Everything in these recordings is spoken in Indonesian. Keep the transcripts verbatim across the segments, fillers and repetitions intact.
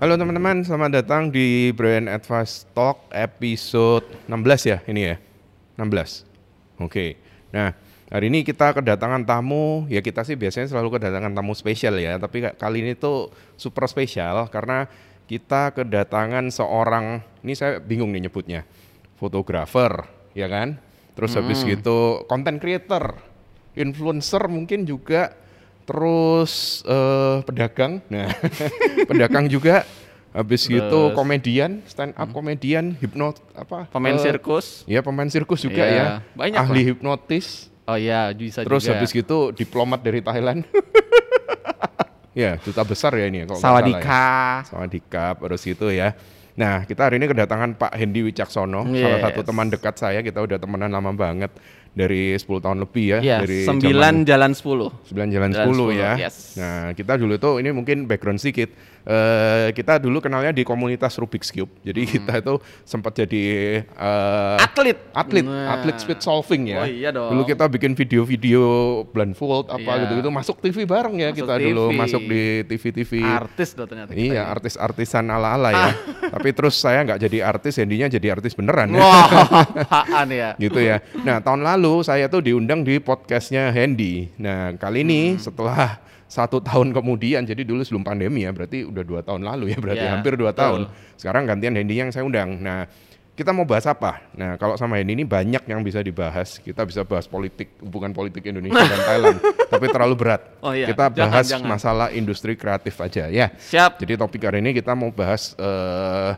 Halo teman-teman, selamat datang di Brand Advice Talk episode enam belas ya ini ya, enam belas. Oke, nah hari ini kita kedatangan tamu, ya kita sih biasanya selalu kedatangan tamu spesial ya, tapi kali ini tuh super spesial karena kita kedatangan seorang, ini saya bingung nih nyebutnya, fotografer ya kan, terus hmm. habis gitu content creator, influencer mungkin juga, terus uh, pedagang, nah pedagang juga, habis terus gitu komedian, stand up komedian, hipnot apa? Pemain uh, sirkus? Ya pemain sirkus juga ya, ya. Banyak ahli lah. hipnotis. Oh iya bisa terus juga. Terus habis gitu diplomat dari Thailand. Ya duta besar ya ini. Sawadika. Ya. Sawadika, terus gitu ya. Nah kita hari ini kedatangan Pak Hendy Wicaksono, yes. salah satu teman dekat saya, kita udah temenan lama banget. Dari sepuluh tahun lebih ya, ya dari sembilan jalan sepuluh. sembilan jalan sepuluh ya. Yes. Nah, kita dulu tuh ini mungkin background sedikit. Uh, kita dulu kenalnya di komunitas Rubik's Cube. Jadi hmm. kita itu sempat jadi uh, atlet, atlet, nah. atlet speed solving ya. Oh iya dong. Dulu kita bikin video-video blindfold apa iya. gitu-gitu, masuk T V bareng ya, masuk kita T V. Dulu masuk di T V-T V. Artis dong ternyata kita. Iya, ya. Artis-artisan ala-ala ya. Tapi terus saya nggak jadi artis, Hendy-nya jadi artis beneran. Wah, apaan ya? Gitu ya. Nah, tahun lalu saya tuh diundang di podcastnya Hendy. Nah kali ini hmm. setelah satu tahun kemudian, jadi dulu sebelum pandemi ya, berarti udah dua tahun lalu ya, berarti yeah, hampir dua betul. tahun. Sekarang gantian Hendy yang saya undang. Nah kita mau bahas apa? Nah kalau sama Hendy ini banyak yang bisa dibahas. Kita bisa bahas politik, hubungan politik Indonesia dan Thailand, tapi terlalu berat. Oh, iya. Kita bahas jangan, jangan. masalah industri kreatif aja ya. Siap. Jadi topik hari ini kita mau bahas uh,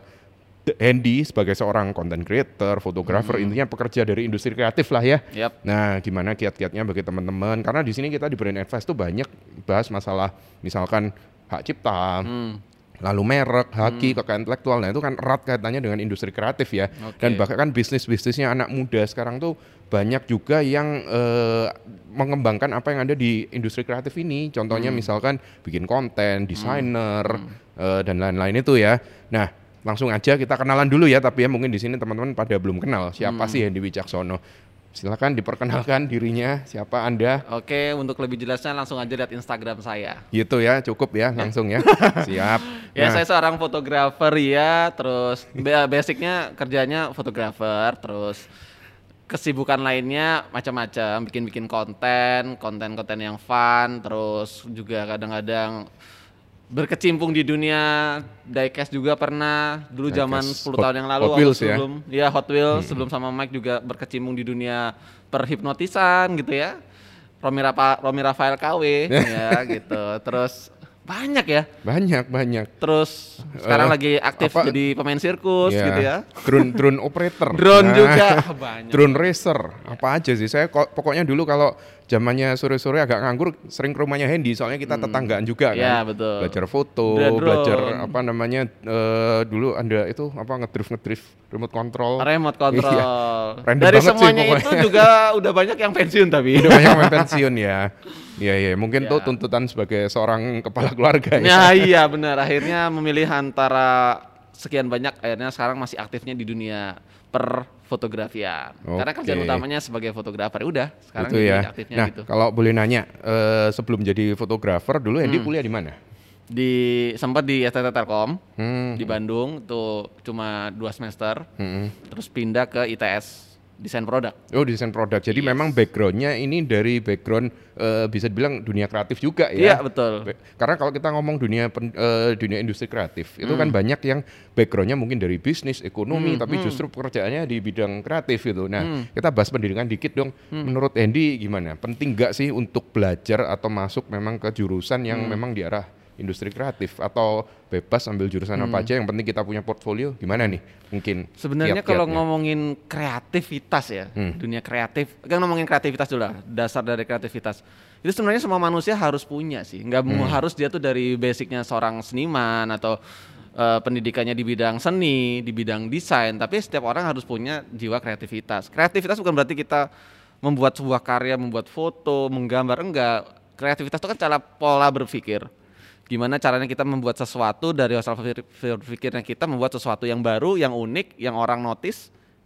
Hendy sebagai seorang content creator, fotografer, hmm. intinya pekerja dari industri kreatif lah ya. Yep. Nah, gimana kiat-kiatnya bagi teman-teman? Karena di sini kita di Brand Advice tuh banyak bahas masalah, misalkan hak cipta, hmm. lalu merek, haki, hmm. kekayaan intelektual. Nah, itu kan erat kaitannya dengan industri kreatif ya. Okay. Dan bahkan bisnis-bisnisnya anak muda sekarang tuh banyak juga yang uh, mengembangkan apa yang ada di industri kreatif ini. Contohnya hmm. misalkan bikin konten, desainer, hmm. uh, dan lain-lain itu ya. Nah, langsung aja kita kenalan dulu ya, tapi ya mungkin di sini teman-teman pada belum kenal siapa hmm. sih Hendy Wicaksono. Silakan diperkenalkan dirinya, siapa Anda? Oke, untuk lebih jelasnya langsung aja lihat Instagram saya. Gitu ya, cukup ya, langsung ya. Siap. Ya, nah. Saya seorang fotografer ya, terus basicnya kerjanya fotografer, terus kesibukan lainnya macam-macam, bikin-bikin konten, konten-konten yang fun, terus juga kadang-kadang berkecimpung di dunia diecast juga pernah dulu zaman sepuluh tahun yang lalu. Hot Wheels sebelum ya, ya Hot Wheels hmm. sebelum sama Mike juga berkecimpung di dunia perhipnotisan gitu ya. Romi Rafa, Romi Rafael K W ya gitu. Terus banyak ya. Banyak banyak. Terus sekarang uh, lagi aktif apa, jadi pemain sirkus yeah. gitu ya. Drone drone operator. Drone nah, juga banyak. Drone racer. Apa aja sih? Saya kok pokoknya dulu kalau zamannya sore-sore agak nganggur sering ke rumahnya Hendy, soalnya kita hmm. tetanggaan juga kan. Iya, betul. Belajar foto, belajar apa namanya uh, dulu ada itu apa ngedrift ngedrift remote control. Remote control. Iya. Dari semuanya sih, itu juga udah banyak yang pensiun tapi. Udah banyak yang pensiun ya. Iya iya, mungkin ya. Tuh tuntutan sebagai seorang kepala keluarga ya. Ya iya benar, akhirnya memilih antara sekian banyak, akhirnya sekarang masih aktifnya di dunia per fotografian. Okay. Karena kerjaan utamanya sebagai fotografer. Udah, sekarang gitu ya. aktifnya nah, gitu. Kalau boleh nanya, uh, sebelum jadi fotografer dulu Hendy hmm. kuliah di mana? Di sempat di S T T Telkom hmm. di Bandung tuh cuma dua semester. Hmm. Terus pindah ke I T S. Desain produk. Oh, desain produk. Jadi yes. memang backgroundnya ini dari background uh, bisa dibilang dunia kreatif juga ya. Iya, betul. Karena kalau kita ngomong dunia pen, uh, dunia industri kreatif, hmm. itu kan banyak yang backgroundnya mungkin dari bisnis, ekonomi, hmm. tapi hmm. justru pekerjaannya di bidang kreatif itu. Nah, hmm. kita bahas pendidikan dikit dong. Hmm. Menurut Hendy gimana? Penting nggak sih untuk belajar atau masuk memang ke jurusan yang hmm. memang diarah industri kreatif, atau bebas ambil jurusan hmm. apa aja, yang penting kita punya portfolio? Gimana nih mungkin sebenarnya kalau ngomongin kreativitas ya, hmm. dunia kreatif kan, ngomongin kreativitas dulu lah, dasar dari kreativitas itu sebenarnya semua manusia harus punya sih, nggak hmm. harus dia tuh dari basicnya seorang seniman atau uh, pendidikannya di bidang seni, di bidang desain, tapi setiap orang harus punya jiwa kreativitas. Kreativitas bukan berarti kita membuat sebuah karya, membuat foto, menggambar, enggak. Kreativitas itu kan cara pola berpikir. Gimana caranya kita membuat sesuatu dari hasil berpikirnya kita, membuat sesuatu yang baru, yang unik, yang orang notice,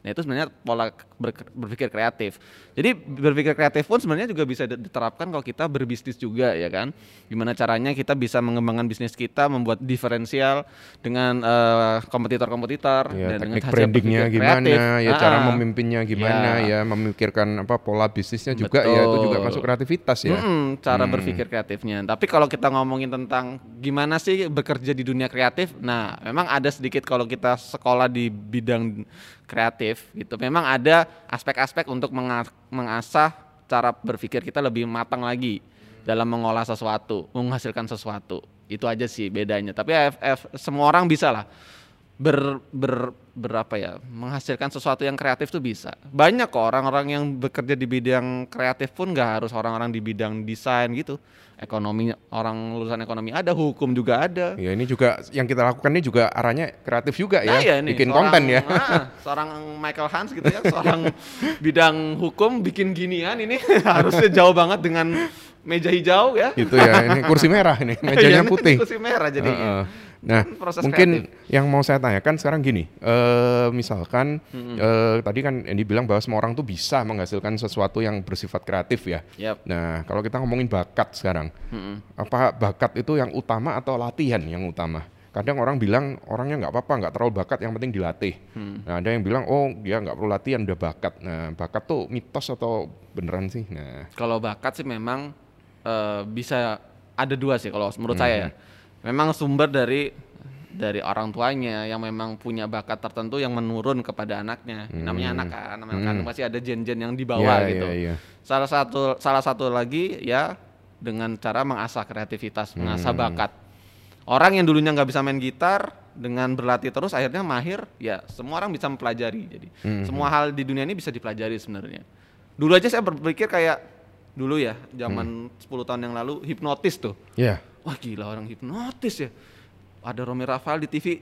Nah itu sebenarnya pola ber- berpikir kreatif. Jadi berpikir kreatif pun sebenarnya juga bisa diterapkan kalau kita berbisnis juga ya kan. Gimana caranya kita bisa mengembangkan bisnis kita, membuat diferensial dengan uh, kompetitor-kompetitor ya, dan teknik dengan hasil brandingnya berpikir gimana, kreatif. ya Ah, cara memimpinnya gimana, ya. ya memikirkan apa pola bisnisnya juga ya itu juga masuk kreativitas ya. Mm-mm, cara hmm. berpikir kreatifnya. Tapi kalau kita ngomongin tentang gimana sih bekerja di dunia kreatif, nah memang ada sedikit kalau kita sekolah di bidang kreatif gitu. Memang ada aspek-aspek untuk menga- mengasah cara berpikir kita lebih matang lagi dalam mengolah sesuatu, menghasilkan sesuatu. Itu aja sih bedanya. Tapi A F F semua orang bisa lah ber, ber berapa ya menghasilkan sesuatu yang kreatif tuh bisa. Banyak kok orang-orang yang bekerja di bidang kreatif pun nggak harus orang-orang di bidang desain gitu. Ekonomi, orang lulusan ekonomi ada, hukum juga ada. Ya ini juga yang kita lakukan ini juga arahnya kreatif juga ya, nah, ya ini, bikin seorang, konten ya. Nah, seorang Michael Hans gitu ya, seorang bidang hukum bikin ginian ini harusnya jauh banget dengan meja hijau ya. Gitu ya, ini kursi merah ini, mejanya putih. Kursi merah jadinya. Uh-uh. Nah, proses mungkin kreatif. yang mau saya tanyakan sekarang gini, uh, misalkan Mm-hmm. uh, tadi kan Andy bilang bahwa semua orang tuh bisa menghasilkan sesuatu yang bersifat kreatif ya. Yep. Nah, kalau kita ngomongin bakat sekarang, Mm-hmm. apa bakat itu yang utama atau latihan yang utama? Kadang orang bilang orangnya nggak apa-apa, nggak terlalu bakat, yang penting dilatih. Hmm. Nah, ada yang bilang oh dia nggak perlu latihan, udah bakat. Nah, bakat tuh mitos atau beneran sih? Nah, kalau bakat sih memang uh, bisa ada dua sih kalau menurut hmm. saya ya. Memang sumber dari dari orang tuanya yang memang punya bakat tertentu yang menurun kepada anaknya. Hmm. Namanya anak kan, namanya hmm. kan pasti ada gen-gen yang dibawa yeah, gitu. Yeah, yeah. Salah satu salah satu lagi ya dengan cara mengasah kreativitas, hmm. mengasah bakat. Orang yang dulunya nggak bisa main gitar dengan berlatih terus akhirnya mahir, ya semua orang bisa mempelajari. Jadi hmm. semua hal di dunia ini bisa dipelajari sebenarnya. Dulu aja saya berpikir kayak dulu ya, zaman hmm. sepuluh tahun yang lalu hipnotis tuh. Iya. Yeah. Wah gila orang hipnotis ya. Ada Romi Rafael di T V,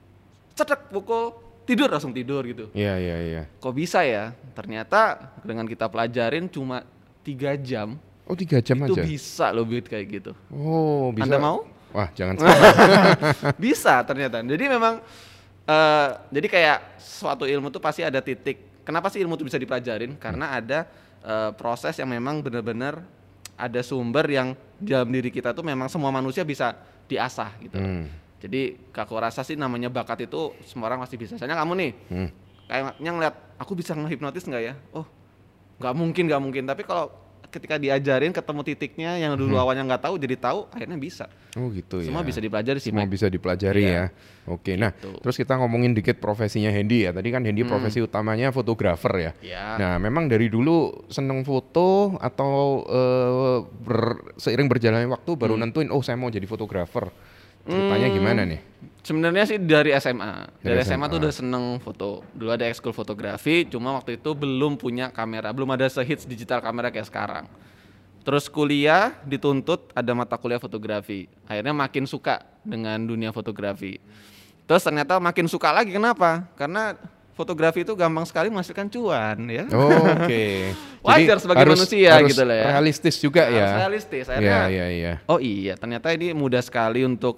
cetek pukul tidur langsung tidur gitu. Iya yeah, iya yeah, iya. Yeah. Kok bisa ya? Ternyata dengan kita pelajarin cuma tiga jam. Oh tiga jam itu aja? Itu bisa loh buat kayak gitu. Oh bisa. Anda mau? Wah jangan salah. Bisa ternyata. Jadi memang uh, jadi kayak suatu ilmu tuh pasti ada titik. Kenapa sih ilmu itu bisa dipelajarin? Karena ada uh, proses yang memang benar-benar ada sumber yang dalam diri kita tuh memang semua manusia bisa diasah gitu. Hmm. Jadi aku rasa sih namanya bakat itu semua orang pasti bisa. Misalnya kamu nih, hmm. kayaknya ngeliat aku bisa ngehipnotis nggak ya? Oh nggak mungkin nggak mungkin. Tapi kalau ketika diajarin ketemu titiknya yang dulu hmm. awalnya nggak tahu jadi tahu akhirnya bisa. Oh gitu ya. Semua bisa dipelajari sih. Semua Mike. Bisa dipelajari iya. ya. Oke, nah gitu. Terus kita ngomongin dikit profesinya Hendy ya. Tadi kan Hendy hmm. profesi utamanya fotografer ya. ya. Nah memang dari dulu seneng foto atau uh, ber, seiring berjalannya waktu baru hmm. nentuin oh saya mau jadi fotografer. Ceritanya hmm. gimana nih? Sebenarnya sih dari S M A. Dari, dari S M A, S M A tuh udah seneng foto. Dulu ada ekskul fotografi, cuma waktu itu belum punya kamera, belum ada sehits digital kamera kayak sekarang. Terus kuliah dituntut ada mata kuliah fotografi. Akhirnya makin suka dengan dunia fotografi. Terus ternyata makin suka lagi, kenapa? Karena fotografi itu gampang sekali menghasilkan cuan ya. Oh, oke. Okay. Wajar sebagai harus, manusia harus gitu lah ya. Realistis juga harus ya. Realistis. Akhirnya, ya, ya, ya. oh iya ternyata ini mudah sekali untuk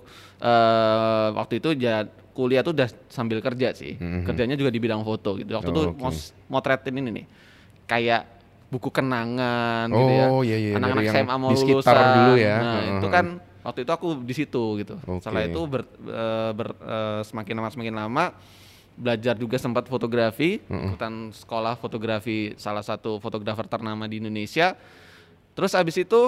uh, waktu itu ya kuliah tuh udah sambil kerja sih. Mm-hmm. Kerjanya juga di bidang foto gitu. Waktu oh, itu okay. motretin ini nih. Kayak buku kenangan oh, gitu ya. Iya, iya. Anak-anak S M A mau lulusan dulu ya. Nah, uh-huh. itu kan waktu itu aku di situ gitu. Okay. Setelah itu ber, uh, ber, uh, semakin lama semakin lama belajar juga sempat fotografi, uh-uh. ikutan sekolah fotografi salah satu fotografer ternama di Indonesia. Terus abis itu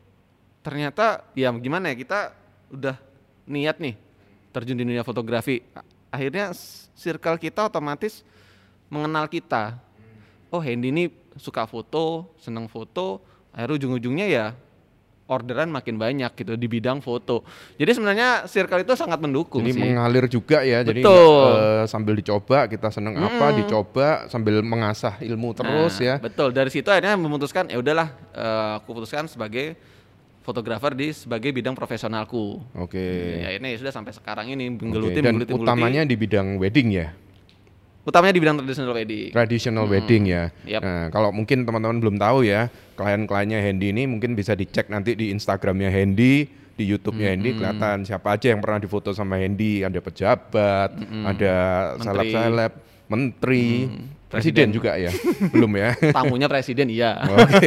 ternyata ya gimana ya, kita udah niat nih terjun di dunia fotografi. Akhirnya circle kita otomatis mengenal kita. Oh Hendy ini suka foto, seneng foto, akhirnya ujung-ujungnya ya orderan makin banyak gitu di bidang foto. Jadi sebenarnya circle itu sangat mendukung jadi sih. mengalir juga ya. Betul. Jadi uh, sambil dicoba kita seneng hmm. apa dicoba sambil mengasah ilmu terus nah, ya. Betul. Dari situ akhirnya memutuskan ya udahlah uh, aku putuskan sebagai fotografer di sebagai bidang profesionalku. Oke. Okay. Ya ini sudah sampai sekarang ini menggeluti okay. Dan menggeluti, utamanya di bidang wedding ya. Utamanya di bidang traditional wedding. Traditional hmm. wedding ya. Yep. Nah, kalau mungkin teman-teman belum tahu ya, klien-kliennya Hendy ini mungkin bisa dicek nanti di Instagramnya Hendy, di YouTube-nya hmm. Hendy kelihatan siapa aja yang pernah difoto sama Hendy. Ada pejabat, hmm. ada seleb-seleb, menteri, hmm. Presiden juga ya? Belum ya? Tamunya presiden iya. Oke.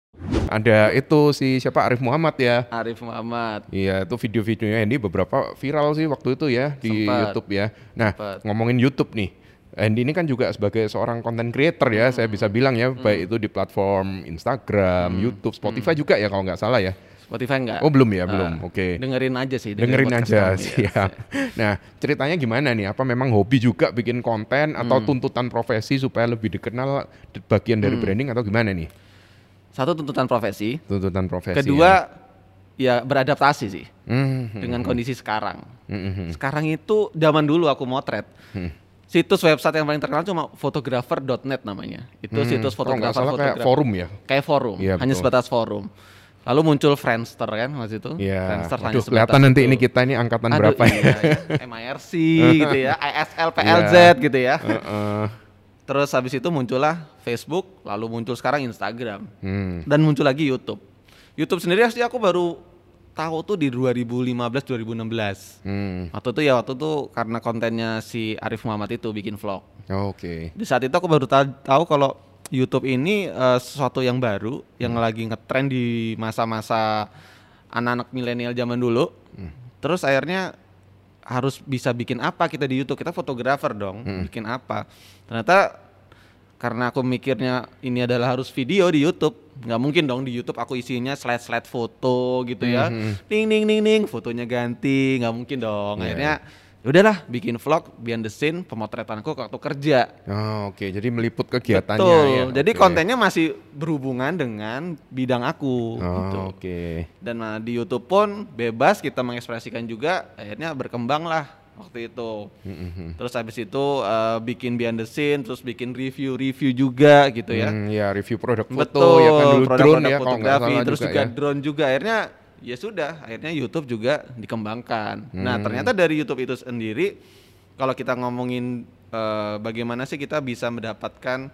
Ada itu si siapa Arif Muhammad ya? Arif Muhammad. Iya, itu video-videonya Hendy beberapa viral sih waktu itu ya di Sempet. YouTube ya. Nah, Sempet. ngomongin YouTube nih. Hendy ini kan juga sebagai seorang content creator ya, hmm. saya bisa bilang ya, hmm. baik itu di platform Instagram, hmm. YouTube, Spotify hmm. juga ya kalau nggak salah ya. Spotify enggak? Oh belum ya, uh, belum. Oke. Okay. Dengerin aja sih. Dengerin, dengerin aja, siap. Nah, ceritanya gimana nih? Apa memang hobi juga bikin konten atau hmm. tuntutan profesi supaya lebih dikenal bagian dari hmm. branding atau gimana nih? Satu tuntutan profesi. Tuntutan profesi. Kedua ya, ya beradaptasi sih hmm. dengan kondisi sekarang. Hmm. Sekarang itu zaman dulu aku motret. Hmm. Situs website yang paling terkenal cuma photographer dot net namanya. Itu hmm. situs fotografer oh, fotografer. Kayak forum ya? Kayak forum, ya, hanya sebatas forum. Lalu muncul Friendster kan waktu itu. Iya. Friendster Aduh, kelihatan nanti itu. Ini kita ini angkatan Aduh, berapa iya, ya? M I R C gitu ya, I S L, P L Z yeah. gitu ya. Uh-uh. Terus habis itu muncullah Facebook, lalu muncul sekarang Instagram. Hmm. Dan muncul lagi YouTube. YouTube sendiri sih aku baru tahu tuh di dua ribu lima belas dua ribu enam belas. Hmm. Waktu itu ya waktu itu karena kontennya si Arif Muhammad itu bikin vlog. Oh, Oke. Okay. Di saat itu aku baru tahu kalau YouTube ini uh, sesuatu yang baru, yang hmm. lagi ngetrend di masa-masa anak-anak milenial zaman dulu. Hmm. Terus akhirnya harus bisa bikin apa kita di YouTube? Kita fotografer dong, hmm. bikin apa? Ternyata karena aku mikirnya ini adalah harus video di YouTube, nggak mungkin dong di YouTube aku isinya slide-slide foto gitu ya, hmm. ning ning ning ning, fotonya ganti, nggak mungkin dong. Yeah. Akhirnya udahlah bikin vlog behind the scene pemotretanku waktu kerja. Oh, oke, okay. Jadi meliput kegiatannya. Betul. Ya. Jadi okay. kontennya masih berhubungan dengan bidang aku. Oh, gitu. Oke. Okay. Dan uh, di YouTube pun bebas kita mengekspresikan juga. Akhirnya berkembang lah waktu itu. Mm-hmm. Terus habis itu uh, bikin behind the scene, terus bikin review-review juga gitu ya. Mm, ya review produk foto. Betul. Ya kan dulu produk, drone produk ya kalau nggak salah terus juga, juga ya. drone juga. Akhirnya ya sudah. Akhirnya YouTube juga dikembangkan. Mm. Nah ternyata dari YouTube itu sendiri, kalau kita ngomongin uh, bagaimana sih kita bisa mendapatkan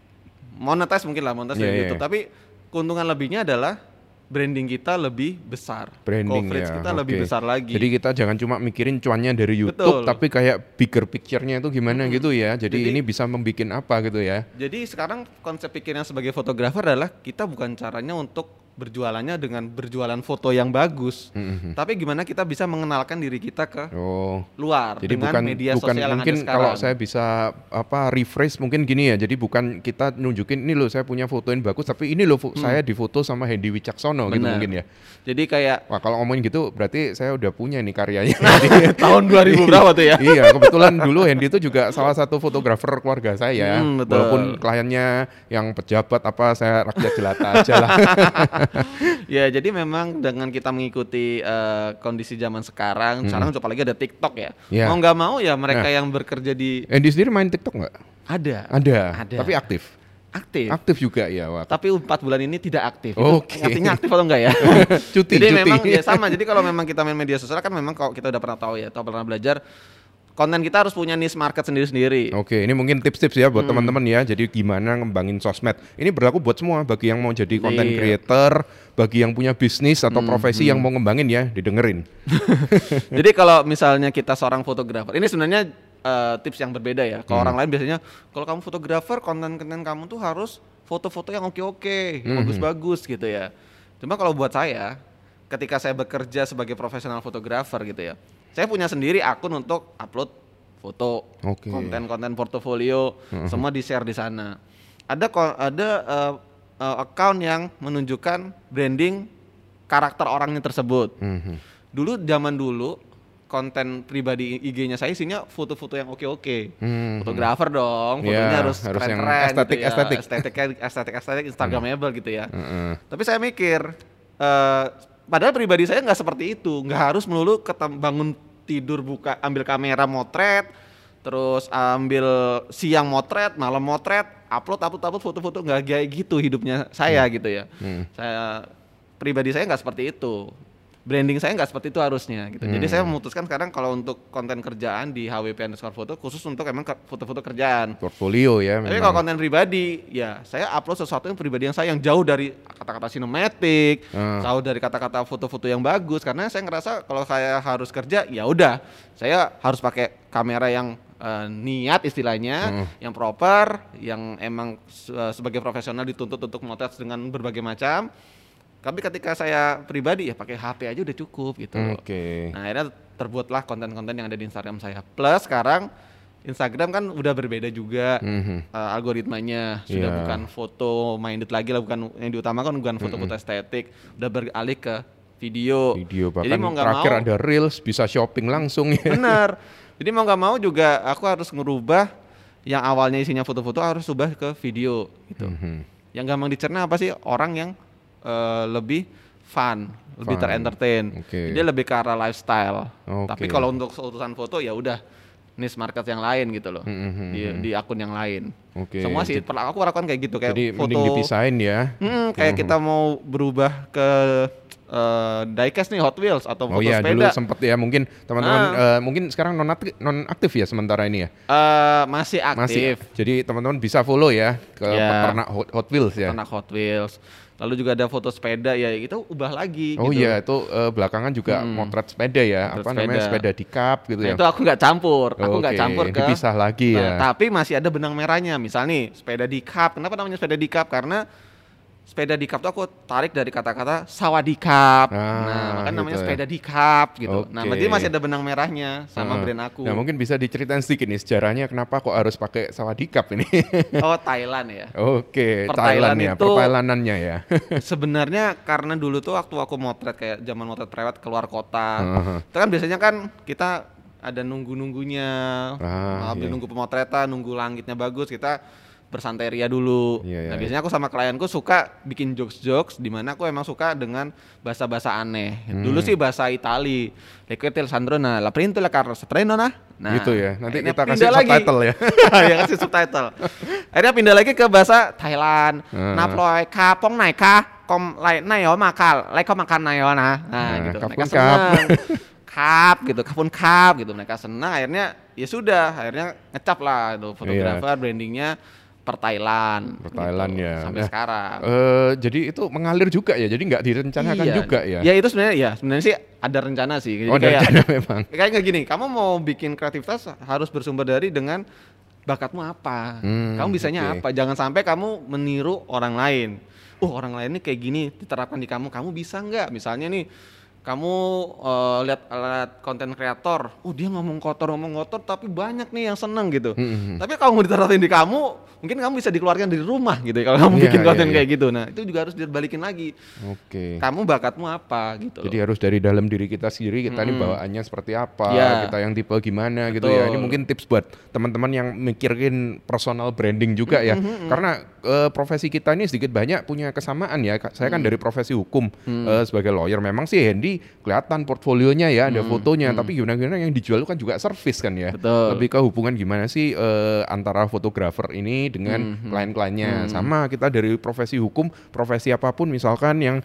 monetize mungkin lah monetize yeah, dari YouTube, yeah. tapi keuntungan lebihnya adalah branding kita lebih besar, branding coverage ya, kita okay. lebih besar lagi. Jadi kita jangan cuma mikirin cuannya dari YouTube, Betul. tapi kayak bigger picture-nya itu gimana hmm. gitu ya. Jadi, Jadi ini bisa membikin apa gitu ya. Jadi sekarang konsep pikirnya sebagai fotografer adalah kita bukan caranya untuk berjualannya dengan berjualan foto yang bagus, mm-hmm. tapi gimana kita bisa mengenalkan diri kita ke oh. luar jadi dengan bukan, media bukan sosial mungkin yang ada kalau saya bisa apa rephrase mungkin gini ya, jadi bukan kita nunjukin ini loh saya punya fotoin bagus, tapi ini loh hmm. saya difoto sama Hendy Wicaksono gitu mungkin ya. Jadi kayak wah kalau ngomongin gitu berarti saya udah punya nih karyanya. Tahun dua ribu berapa tuh ya? Iya kebetulan dulu Hendy itu juga salah satu fotografer keluarga saya, hmm, walaupun kliennya yang pejabat apa saya rakyat jelata aja lah. Ya jadi memang dengan kita mengikuti uh, kondisi zaman sekarang, hmm. sekarang apalagi ada TikTok ya. Yeah. Mau nggak mau ya mereka nah. yang bekerja di. Hendy sendiri main TikTok nggak? Ada. Ada. Ada. Tapi aktif. Aktif. Aktif juga ya. Wak. Tapi empat bulan ini tidak aktif. Oke. Okay. Artinya aktif atau enggak ya? cuti. Jadi cuti. memang ya sama. Jadi kalau memang kita main media sosial kan memang kalau kita udah pernah tahu ya, atau pernah belajar. Konten kita harus punya niche market sendiri-sendiri. Oke, ini mungkin tips-tips ya buat hmm. teman-teman ya. Jadi gimana ngembangin sosmed. Ini berlaku buat semua, bagi yang mau jadi content iya. creator, bagi yang punya bisnis atau hmm. profesi hmm. yang mau ngembangin ya, didengerin. Jadi kalau misalnya kita seorang fotografer, ini sebenarnya uh, tips yang berbeda ya. Kalau hmm. orang lain biasanya, kalau kamu fotografer, konten-konten kamu tuh harus foto-foto yang oke-oke, yang hmm. bagus-bagus gitu ya. Cuma kalau buat saya, ketika saya bekerja sebagai profesional fotografer gitu ya, saya punya sendiri akun untuk upload foto, okay. konten-konten portofolio, uh-huh. semua di-share di sana. Ada ada uh, uh, account yang menunjukkan branding karakter orangnya tersebut. Uh-huh. Dulu zaman dulu konten pribadi I G-nya saya isinya foto-foto yang oke-oke. Uh-huh. Fotografer dong, fotonya yeah, harus, harus keren-keren estetik, gitu ya. estetik. Estetik estetik estetik instagramable uh-huh. gitu ya. Uh-huh. Tapi saya mikir uh, padahal pribadi saya nggak seperti itu, nggak harus melulu ketem- bangun tidur buka ambil kamera motret, terus ambil siang motret, malam motret, upload upload upload foto-foto, nggak kayak gitu hidupnya saya hmm. gitu ya. Hmm. Saya pribadi saya nggak seperti itu. Branding saya nggak seperti itu harusnya gitu. Hmm. Jadi saya memutuskan sekarang kalau untuk konten kerjaan di H W P underscore foto khusus untuk emang foto-foto kerjaan. Portfolio ya. Tapi kalau konten pribadi, ya saya upload sesuatu yang pribadi yang saya yang jauh dari kata-kata sinematik, hmm. jauh dari kata-kata foto-foto yang bagus. Karena saya ngerasa kalau saya harus kerja, ya udah, saya harus pakai kamera yang uh, niat istilahnya, hmm. yang proper, yang emang uh, sebagai profesional dituntut untuk motret dengan berbagai macam. Tapi ketika saya pribadi ya pakai H P aja udah cukup gitu. Oke. Okay. Nah akhirnya terbuatlah konten-konten yang ada di Instagram saya. Plus sekarang Instagram kan udah berbeda juga mm-hmm. uh, algoritmanya sudah yeah. bukan foto minded lagi lah, bukan yang diutamakan bukan foto-foto mm-hmm. estetik, udah beralih ke video. Video bahkan jadi mau terakhir mau, ada reels bisa shopping langsung ya. Bener. Jadi mau nggak mau juga aku harus ngerubah yang awalnya isinya foto-foto harus ubah ke video gitu. Mm-hmm. Yang gampang dicerna apa sih orang yang uh, lebih fun, fun. lebih terentertain. Okay. Dia lebih ke arah lifestyle. Okay. Tapi kalau untuk urusan foto ya udah niche market yang lain gitu loh, mm-hmm. di, di akun yang lain. Okay. Semua sih, aku lakukan kayak gitu, kayak jadi foto. Jadi mending dipisahin ya. Hmm, kayak mm-hmm. kita mau berubah ke uh, diecast nih Hot Wheels atau foto oh, iya, sepeda. Dulu sempet ya, mungkin teman-teman nah. uh, mungkin sekarang non aktif, non aktif ya sementara ini ya. Uh, masih aktif. Masih. Jadi teman-teman bisa follow ya ke yeah. peternak Hot, Hot Wheels ya. Peternak Hot Wheels. Lalu juga ada foto sepeda ya, itu ubah lagi. Oh gitu. iya, itu uh, belakangan juga hmm. motret sepeda ya, motret apa sepeda. namanya sepeda di cup gitu nah, ya. Itu aku nggak campur, aku nggak okay. campur ke. Dipisah lagi nah, ya. Tapi masih ada benang merahnya, misal nih sepeda di cup. Kenapa namanya sepeda di cup? Karena sepeda di cup tuh aku tarik dari kata-kata sawadikap. Ah, nah, makanya gitu namanya ya. sepeda di cup gitu. Okay. Nah, berarti masih ada benang merahnya sama uh, brand aku. Nah, mungkin bisa diceritain sedikit nih sejarahnya kenapa kok harus pakai sawadikap ini. Oh, Thailand ya. Oke, okay, Thailand ya, perthailanannya ya. Sebenarnya karena dulu tuh waktu aku motret kayak zaman motret prewed keluar kota. Uh-huh. Itu kan biasanya kan kita ada nunggu-nunggunya. Ah, iya. Nunggu pemotretan, nunggu langitnya bagus, kita bersantai ria dulu. Yeah, yeah, nah biasanya aku sama klienku suka bikin jokes-jokes di mana aku emang suka dengan bahasa-bahasa aneh. Hmm. Dulu sih bahasa Itali. Lequetel Sandrona, la printe la carro streno nah. Nah, gitu ya. Nanti kita kasih lagi. subtitle ya. Ya kasih subtitle. Akhirnya pindah lagi ke bahasa Thailand. Uh. Naploi kapong naika kom lai nayo makal, lai ko makan nayo nah. Nah, gitu. Mereka senang. Kap gitu, kapun kap gitu. Mereka senang. Akhirnya ya sudah, akhirnya ngecap lah itu fotografer, yeah. brandingnya per Thailand, per Thailand gitu, ya sampai nah, sekarang. Uh, jadi itu mengalir juga ya, jadi nggak direncanakan iya. juga ya? Ya itu sebenarnya ya, sebenarnya sih ada rencana sih. Jadi oh, kayak, rencana memang. Kayak nggak gini, kamu mau bikin kreativitas harus bersumber dari dengan bakatmu apa, hmm, kamu bisanya okay. apa. Jangan sampai kamu meniru orang lain. Oh orang lain ini kayak gini diterapkan di kamu, kamu bisa nggak? Misalnya nih. Kamu uh, lihat alat konten kreator, oh dia ngomong kotor ngomong kotor, tapi banyak nih yang seneng gitu. Mm-hmm. Tapi kalau mau diterapin di kamu, mungkin kamu bisa dikeluarkan dari rumah gitu ya, kalau kamu yeah, bikin konten yeah, kayak yeah. gitu. Nah itu juga harus dibalikin lagi. Oke. Okay. Kamu bakatmu apa gitu. Jadi loh. Harus dari dalam diri kita sendiri, kita hmm. nih bawaannya seperti apa, yeah. kita yang tipe gimana Betul. gitu ya. Ini mungkin tips buat teman-teman yang mikirin personal branding juga ya. Mm-hmm. Karena uh, profesi kita ini sedikit banyak punya kesamaan ya. Saya kan mm. dari profesi hukum mm. uh, sebagai lawyer. Memang sih Hendy kelihatan portfolionya ya, ada hmm, fotonya, hmm. tapi gimana-gimana yang dijual kan juga service kan ya. Betul. Lebih ke hubungan gimana sih uh, antara fotografer ini dengan hmm, klien-kliennya. Hmm. Sama kita dari profesi hukum, profesi apapun misalkan yang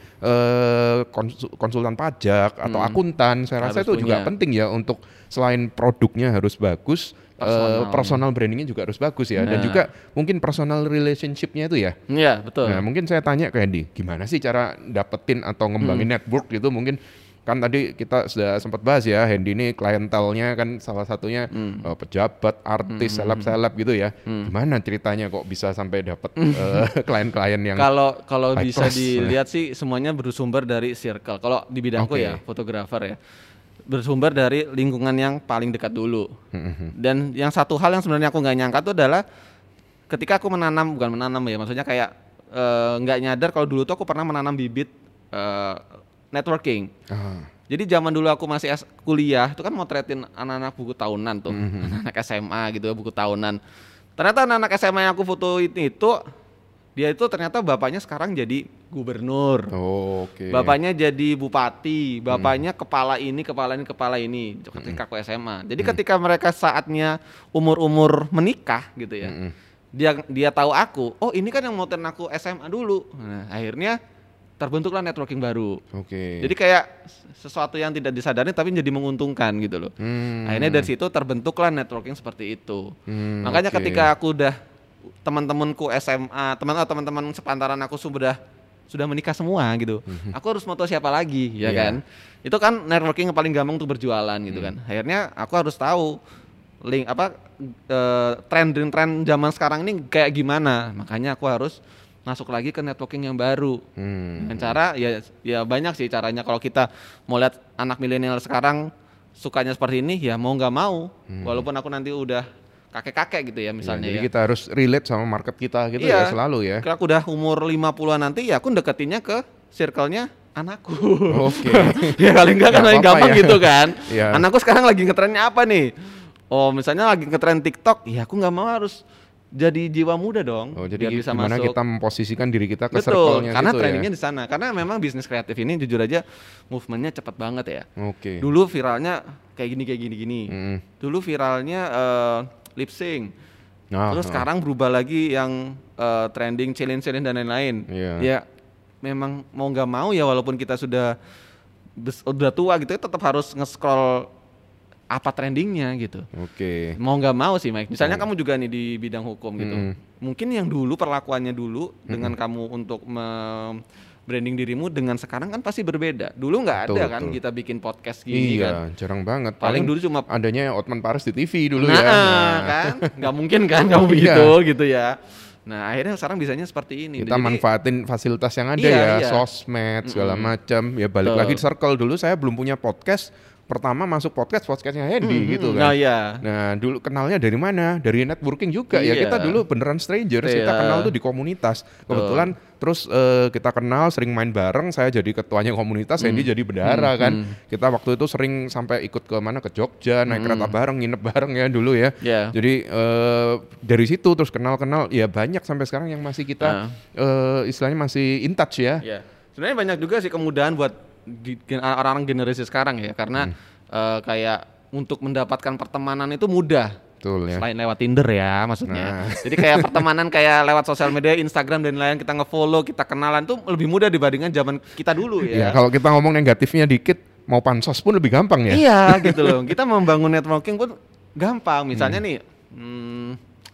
uh, konsultan pajak atau hmm. akuntan, saya rasa harus itu punya. Juga penting ya untuk selain produknya harus bagus, personal, uh, personal brandingnya juga harus bagus ya. Nah. Dan juga mungkin personal relationship-nya itu ya. Iya, betul. Nah, mungkin saya tanya ke Hendy, gimana sih cara dapetin atau ngembangin hmm. network gitu mungkin. Kan tadi kita sudah sempat bahas ya, Hendy ini klientelnya kan salah satunya hmm. uh, pejabat, artis, hmm. seleb-seleb gitu ya. Hmm. Gimana ceritanya kok bisa sampai dapat uh, klien-klien yang Kalau kalau bisa class. Dilihat sih semuanya bersumber dari circle. Kalau di bidangku okay. ya, fotografer ya. Bersumber dari lingkungan yang paling dekat dulu. Hmm. Dan yang satu hal yang sebenarnya aku nggak nyangka itu adalah ketika aku menanam, bukan menanam ya, maksudnya kayak nggak uh, nyadar kalau dulu tuh aku pernah menanam bibit uh, networking. Uh. Jadi zaman dulu aku masih as- kuliah, itu kan motretin anak-anak buku tahunan tuh, mm-hmm. anak-anak S M A gitu, buku tahunan. Ternyata anak-anak S M A yang aku foto itu, itu dia itu ternyata bapaknya sekarang jadi gubernur. Oh, okay. Bapaknya jadi bupati, bapaknya mm. kepala ini, kepala ini, kepala ini. Ketika aku S M A. Jadi mm. ketika mereka saatnya umur-umur menikah gitu ya, mm-hmm. dia dia tahu aku, oh ini kan yang motret aku S M A dulu. Nah, akhirnya terbentuklah networking baru. Oke. Okay. Jadi kayak sesuatu yang tidak disadari tapi jadi menguntungkan gitu loh. Hmm. Akhirnya dari situ terbentuklah networking seperti itu. Hmm, Makanya okay. ketika aku udah teman-temanku S M A, teman-teman teman-teman sepantaran aku sudah sudah menikah semua gitu. Hmm. Aku harus foto siapa lagi, ya yeah. kan? Itu kan networking yang paling gampang untuk berjualan gitu hmm. kan. Akhirnya aku harus tahu link apa uh, tren-tren zaman sekarang ini kayak gimana. Makanya aku harus masuk lagi ke networking yang baru. Hmm. Dengan cara ya ya banyak sih caranya. Kalau kita mau lihat anak milenial sekarang sukanya seperti ini, ya mau nggak mau, hmm. walaupun aku nanti udah kakek-kakek gitu ya misalnya ya. Jadi ya. kita harus relate sama market kita gitu iya, ya selalu ya. Kalau aku udah umur lima puluhan nanti ya aku deketinnya ke circle-nya anakku. Oke. Okay. Ya paling enggak kan paling gampang ya. Gitu kan. Ya. Anakku sekarang lagi ngetrennya apa nih? Oh misalnya lagi ngetren TikTok, ya aku nggak mau harus jadi jiwa muda dong. Oh, jadi bisa gimana masuk. Kita memposisikan diri kita ke Betul, circle-nya karena situ trainingnya ya? di sana. Karena memang bisnis kreatif ini jujur aja movementnya cepat banget ya. Oke. Okay. Dulu viralnya kayak gini kayak gini gini. Mm. Dulu viralnya uh, lip sync. Ah, Terus ah. sekarang berubah lagi yang uh, trending challenge-challenge dan lain-lain. Yeah. Ya memang mau nggak mau ya walaupun kita sudah udah tua gitu tetap harus nge-scroll apa trendingnya gitu. Oke. Okay. Mau nggak mau sih Mike. Misalnya oh. kamu juga nih di bidang hukum gitu. Mm. Mungkin yang dulu perlakuannya dulu mm. dengan kamu untuk me- branding dirimu dengan sekarang kan pasti berbeda. Dulu nggak ada betul, kan betul. Kita bikin podcast gini iya, kan. Iya, jarang banget. Paling, Paling dulu cuma adanya Otman Paris di T V dulu nah, ya. Nah, kan nggak mungkin kan kamu begitu gitu ya. Nah akhirnya sekarang bisanya seperti ini. Kita Jadi, manfaatin fasilitas yang ada iya, ya, iya. sosmed segala mm-hmm. macam. Ya balik Betul. Lagi circle dulu saya belum punya podcast. Pertama masuk podcast podcastnya Hendy mm-hmm. gitu kan. Nah, iya. nah dulu kenalnya dari mana? Dari networking juga iya. ya. Kita dulu beneran strangers. Iya. Kita kenal tuh di komunitas. Kebetulan Betul. Terus uh, kita kenal sering main bareng. Saya jadi ketuanya komunitas, mm. Hendy jadi bendahara mm. kan. Mm. Kita waktu itu sering sampai ikut ke mana ke Jogja naik mm. kereta bareng, nginep bareng ya dulu ya. Yeah. Jadi uh, dari situ terus kenal-kenal ya banyak sampai sekarang yang masih kita uh. Uh, istilahnya masih in touch ya. Yeah. Sebenarnya banyak juga sih kemudahan buat di, orang-orang generasi sekarang ya karena hmm. uh, kayak untuk mendapatkan pertemanan itu mudah. Betul, ya. Selain lewat Tinder ya maksudnya. Nah. Jadi kayak pertemanan kayak lewat sosial media, Instagram dan lain kita nge-follow, kita kenalan tuh lebih mudah dibandingkan zaman kita dulu ya. Ya kalau kita ngomong negatifnya dikit, mau pansos pun lebih gampang ya. Iya gitu loh. Kita membangun networking pun gampang. Misalnya hmm. nih, hmm,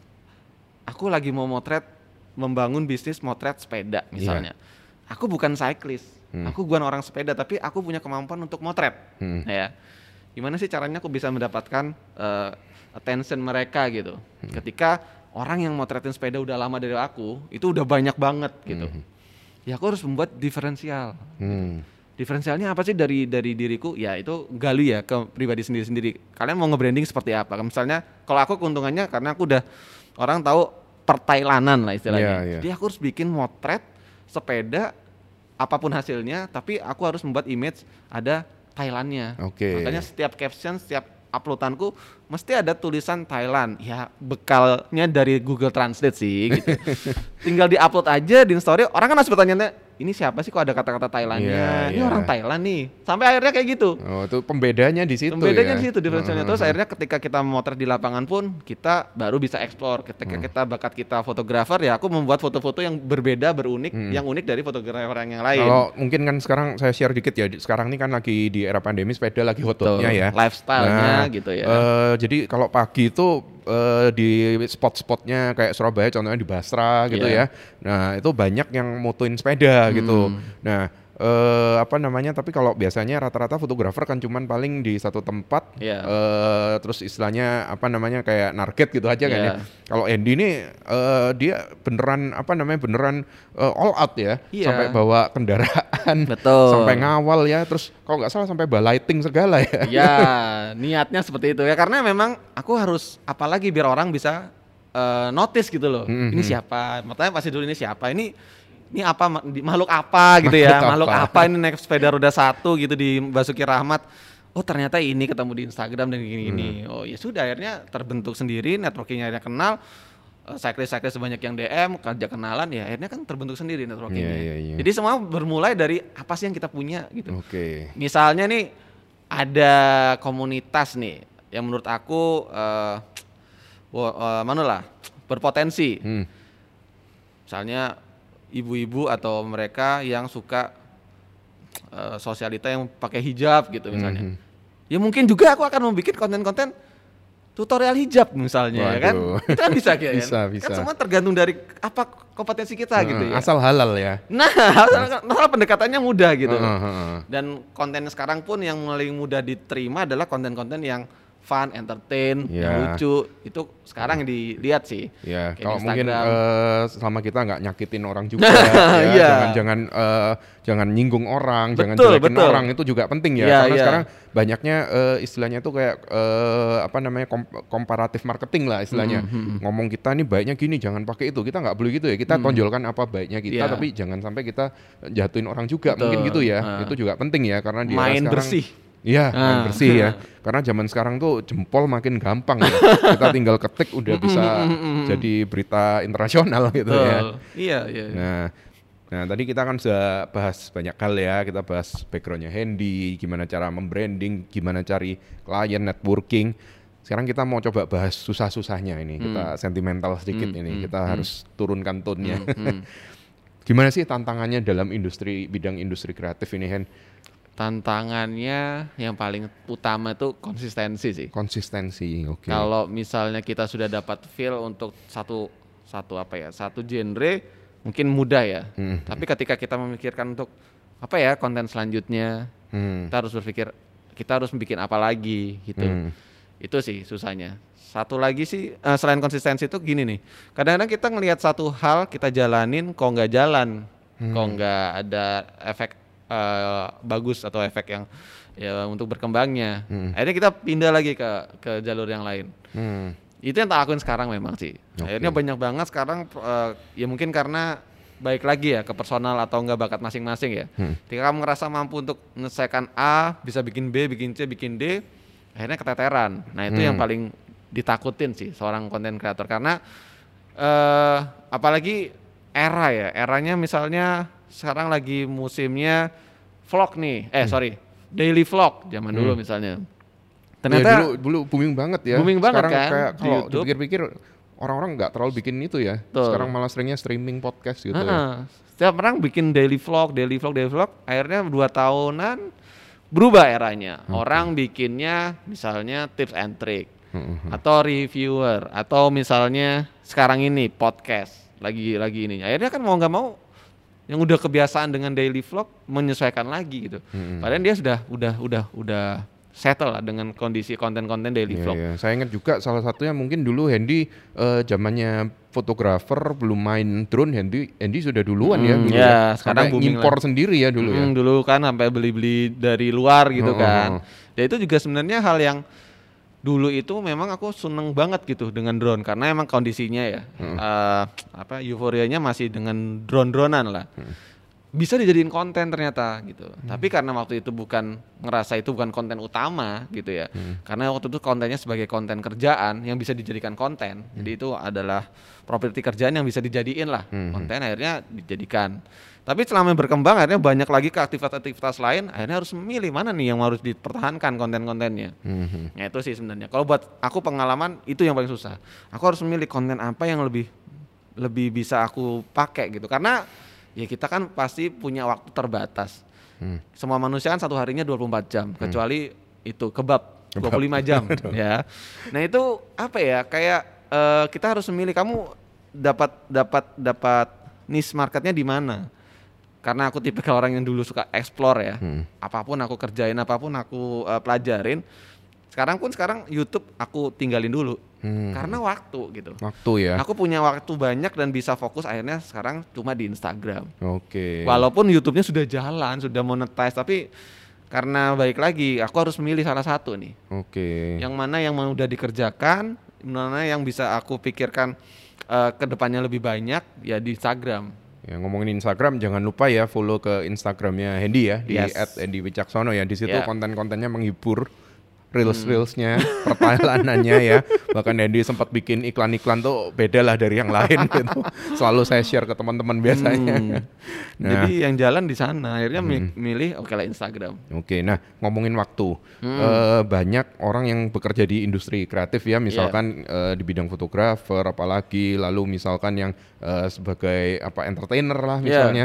aku lagi mau motret, membangun bisnis motret sepeda misalnya. Yeah. Aku bukan cyclist. Hmm. Aku bukan orang sepeda tapi aku punya kemampuan untuk motret, hmm. ya. Gimana sih caranya aku bisa mendapatkan uh, attention mereka gitu? Hmm. Ketika orang yang motretin sepeda udah lama dari aku, itu udah banyak banget gitu. Hmm. Ya aku harus membuat diferensial. Hmm. Diferensialnya apa sih dari dari diriku? Ya itu gali ya ke pribadi sendiri-sendiri. Kalian mau nge-branding seperti apa? Misalnya kalau aku keuntungannya karena aku udah orang tahu pertailanan lah istilahnya. Yeah, yeah. Jadi aku harus bikin motret sepeda apapun hasilnya, tapi aku harus membuat image ada Thailandnya. Okay. Makanya setiap caption, setiap uploadanku mesti ada tulisan Thailand. Ya bekalnya dari Google Translate sih gitu. Tinggal di-upload aja di story, orang kan harus bertanya, ini siapa sih kok ada kata-kata Thailandnya? Yeah, ini yeah. orang Thailand nih. Sampai akhirnya kayak gitu. Oh, itu pembedanya di situ. Pembedanya ya? di situ diferensialnya. Terus akhirnya ketika kita memotret di lapangan pun kita baru bisa explore. Ketika hmm. kita bakat kita fotografer ya aku membuat foto-foto yang berbeda, berunik, hmm. yang unik dari fotografer yang lain. Kalau mungkin kan sekarang saya share dikit ya. Sekarang ini kan lagi di era pandemi sepeda lagi hot-hotnya ya. Lifestyle-nya nah, gitu ya. Uh, jadi kalau pagi itu uh, di spot-spotnya kayak Surabaya contohnya di Basra gitu yeah. ya. Nah itu banyak yang motoin sepeda hmm. gitu. Nah eh, apa namanya? Tapi kalau biasanya rata-rata fotografer kan cuman paling di satu tempat. Yeah. Eh, terus istilahnya apa namanya kayak narget gitu aja yeah. kan ya. Kalau Hendy ini eh, dia beneran apa namanya beneran eh, all out ya. Yeah. Sampai bawa kendaraan. Betul. Sampai ngawal ya. Terus kalau nggak salah sampai bawa lighting segala ya. Ya niatnya seperti itu ya. Karena memang aku harus apalagi biar orang bisa Uh, notice gitu loh, mm-hmm. ini siapa? Makanya pasti dulu ini siapa? Ini ini apa makhluk apa gitu ya? Makhluk apa? apa ini naik sepeda roda satu gitu di Basuki Rahmat? Oh ternyata ini ketemu di Instagram dan gini-gini. Mm. Oh ya sudah akhirnya terbentuk sendiri, networkingnya akhirnya kenal. Uh, cyclist-cyclist sebanyak yang D M, kerja kenalan ya akhirnya kan terbentuk sendiri networkingnya. Yeah, yeah, yeah. Jadi semua bermulai dari apa sih yang kita punya gitu. Okay. Misalnya nih ada komunitas nih yang menurut aku uh, Wah, uh, mana lah berpotensi. Hmm. Misalnya ibu-ibu atau mereka yang suka uh, sosialita yang pakai hijab gitu misalnya. Hmm. Ya mungkin juga aku akan membuat konten-konten tutorial hijab misalnya. Waduh. Ya kan. Itu kan bisa ya. Bisa, kan? Bisa. Kan semua tergantung dari apa kompetensi kita uh, gitu ya. Asal halal ya. Nah, asal pendekatannya mudah gitu. Uh, uh, uh. Dan konten sekarang pun yang paling mudah diterima adalah konten-konten yang fun, entertain, Yeah. yang lucu. Itu sekarang yang dilihat sih. Ya, Kayak kalau di mungkin Instagram. uh, selama kita nggak nyakitin orang juga, ya, Iya. jangan jangan uh, jangan nyinggung orang, jangan Betul, jelekin betul. orang, itu juga penting ya. Iya, Karena iya. sekarang banyaknya uh, istilahnya tuh kayak uh, apa namanya kom- komparatif marketing lah istilahnya. Mhm, Ngomong kita nih baiknya gini, jangan pakai itu. Kita nggak boleh gitu ya. Kita tonjolkan apa baiknya kita, Iya. tapi jangan sampai kita jatuhin orang juga. Betul. Mungkin gitu ya. Ah. Itu juga penting ya karena di era Main sekarang, bersih. iya, main Ah. bersih ya. Karena zaman sekarang tuh jempol makin gampang ya. Kita tinggal ketik udah bisa jadi berita internasional gitu ya. Betul. Iya, iya. iya. Nah, nah tadi kita kan sudah bahas banyak hal ya. Kita bahas backgroundnya Hendy, gimana cara membranding, gimana cari klien, networking. Sekarang kita mau coba bahas susah-susahnya ini. Kita sentimental sedikit Hmm, ini. hmm, Kita harus turunkan tone-nya. Hmm. Gimana sih tantangannya dalam industri bidang industri kreatif ini, Hen? Tantangannya yang paling utama itu konsistensi sih. Konsistensi, oke. Kalau misalnya kita sudah dapat feel untuk satu satu apa ya, satu genre mungkin mudah ya. Hmm. Tapi ketika kita memikirkan untuk apa ya konten selanjutnya, Hmm. kita harus berpikir kita harus bikin apa lagi gitu. Hmm. Itu sih susahnya. Satu lagi sih eh, selain konsistensi itu gini nih. Kadang-kadang kita ngelihat satu hal kita jalanin kok nggak jalan, kok nggak ada efek eh, bagus atau efek yang ya untuk berkembangnya. Akhirnya kita pindah lagi ke ke jalur yang lain. Hmm. Itu yang tak lakuin sekarang memang sih. Oke. Akhirnya banyak banget sekarang eh, ya mungkin karena baik lagi ya ke personal atau enggak bakat masing-masing ya. Hmm. Ketika kamu ngerasa mampu untuk menyelesaikan A, bisa bikin B, bikin C, bikin D, akhirnya keteteran. Nah, itu Hmm. yang paling ditakutin sih seorang konten kreator karena eh apalagi era ya. Eranya misalnya sekarang lagi musimnya vlog nih. Eh, sorry. Daily vlog zaman dulu misalnya. Ternyata ya, dulu, dulu booming banget ya. booming banget Sekarang kan kayak di kalau YouTube. dipikir-pikir orang-orang nggak terlalu bikin itu ya. Betul. Sekarang malah seringnya streaming podcast gitu ya. Heeh. Setiap orang bikin daily vlog, daily vlog, daily vlog. Akhirnya dua tahunan berubah eranya. Orang bikinnya misalnya tips and trick Heeh. atau reviewer atau misalnya sekarang ini podcast lagi lagi ini. Akhirnya kan mau nggak mau yang udah kebiasaan dengan daily vlog menyesuaikan lagi gitu. Padahal dia sudah udah udah udah settle lah dengan kondisi konten-konten daily Iya, vlog. iya. Saya ingat juga salah satunya mungkin dulu Hendy eh, zamannya fotografer belum main drone, Hendy Hendy sudah duluan ya Hmm, dulu ya, ya. sekarang Sampai booming ngimpor sendiri ya dulu ya. Hmm, dulu kan sampai beli-beli dari luar gitu Oh, kan. oh, Dan itu juga sebenarnya hal yang dulu itu memang aku seneng banget gitu dengan drone karena emang kondisinya ya eh, apa euforianya masih dengan drone-dronean lah. Bisa dijadiin konten ternyata gitu. Tapi karena waktu itu bukan ngerasa itu bukan konten utama gitu ya. Karena waktu itu kontennya sebagai konten kerjaan yang bisa dijadikan konten. Jadi itu adalah properti kerjaan yang bisa dijadiin lah konten, akhirnya dijadikan. Tapi selama berkembang akhirnya banyak lagi ke aktivitas-aktivitas lain, akhirnya harus memilih mana nih yang harus dipertahankan konten-kontennya. Mhm. Nah itu sih sebenarnya. Kalau buat aku pengalaman itu yang paling susah. Aku harus memilih konten apa yang lebih lebih bisa aku pakai gitu. Karena ya kita kan pasti punya waktu terbatas. Hmm. Semua manusia kan satu harinya dua puluh empat jam, kecuali itu kebab dua puluh lima jam ya. Nah itu apa ya? Kayak eh, kita harus memilih kamu dapat dapat dapat niche marketnya di mana. Karena aku tipe orang yang dulu suka explore ya. Hmm. Apapun aku kerjain, apapun aku uh, pelajarin. Sekarang pun sekarang YouTube aku tinggalin dulu. Hmm. Karena waktu gitu. Waktu ya. Aku punya waktu banyak dan bisa fokus akhirnya sekarang cuma di Instagram. Oke. Walaupun YouTube-nya sudah jalan, sudah monetize, tapi karena baik lagi aku harus memilih salah satu nih. Oke. Yang mana yang mau udah dikerjakan, mana yang bisa aku pikirkan uh, ke depannya lebih banyak ya di Instagram. Ya, ngomongin Instagram jangan lupa ya follow ke Instagramnya Hendy ya di Yes. et hendy wicaksono ya. Di situ Yeah. konten-kontennya menghibur, reels-reelsnya, pertahanannya ya. Bahkan Hendy sempat bikin iklan-iklan tuh beda lah dari yang lain gitu. Selalu saya share ke teman-teman biasanya. Hmm. Nah. Jadi yang jalan di sana akhirnya mi- milih oke lah Instagram. Oke, nah ngomongin waktu, eh, banyak orang yang bekerja di industri kreatif ya, misalkan eh, di bidang fotografer, apalagi lalu misalkan yang eh, sebagai apa entertainer lah misalnya.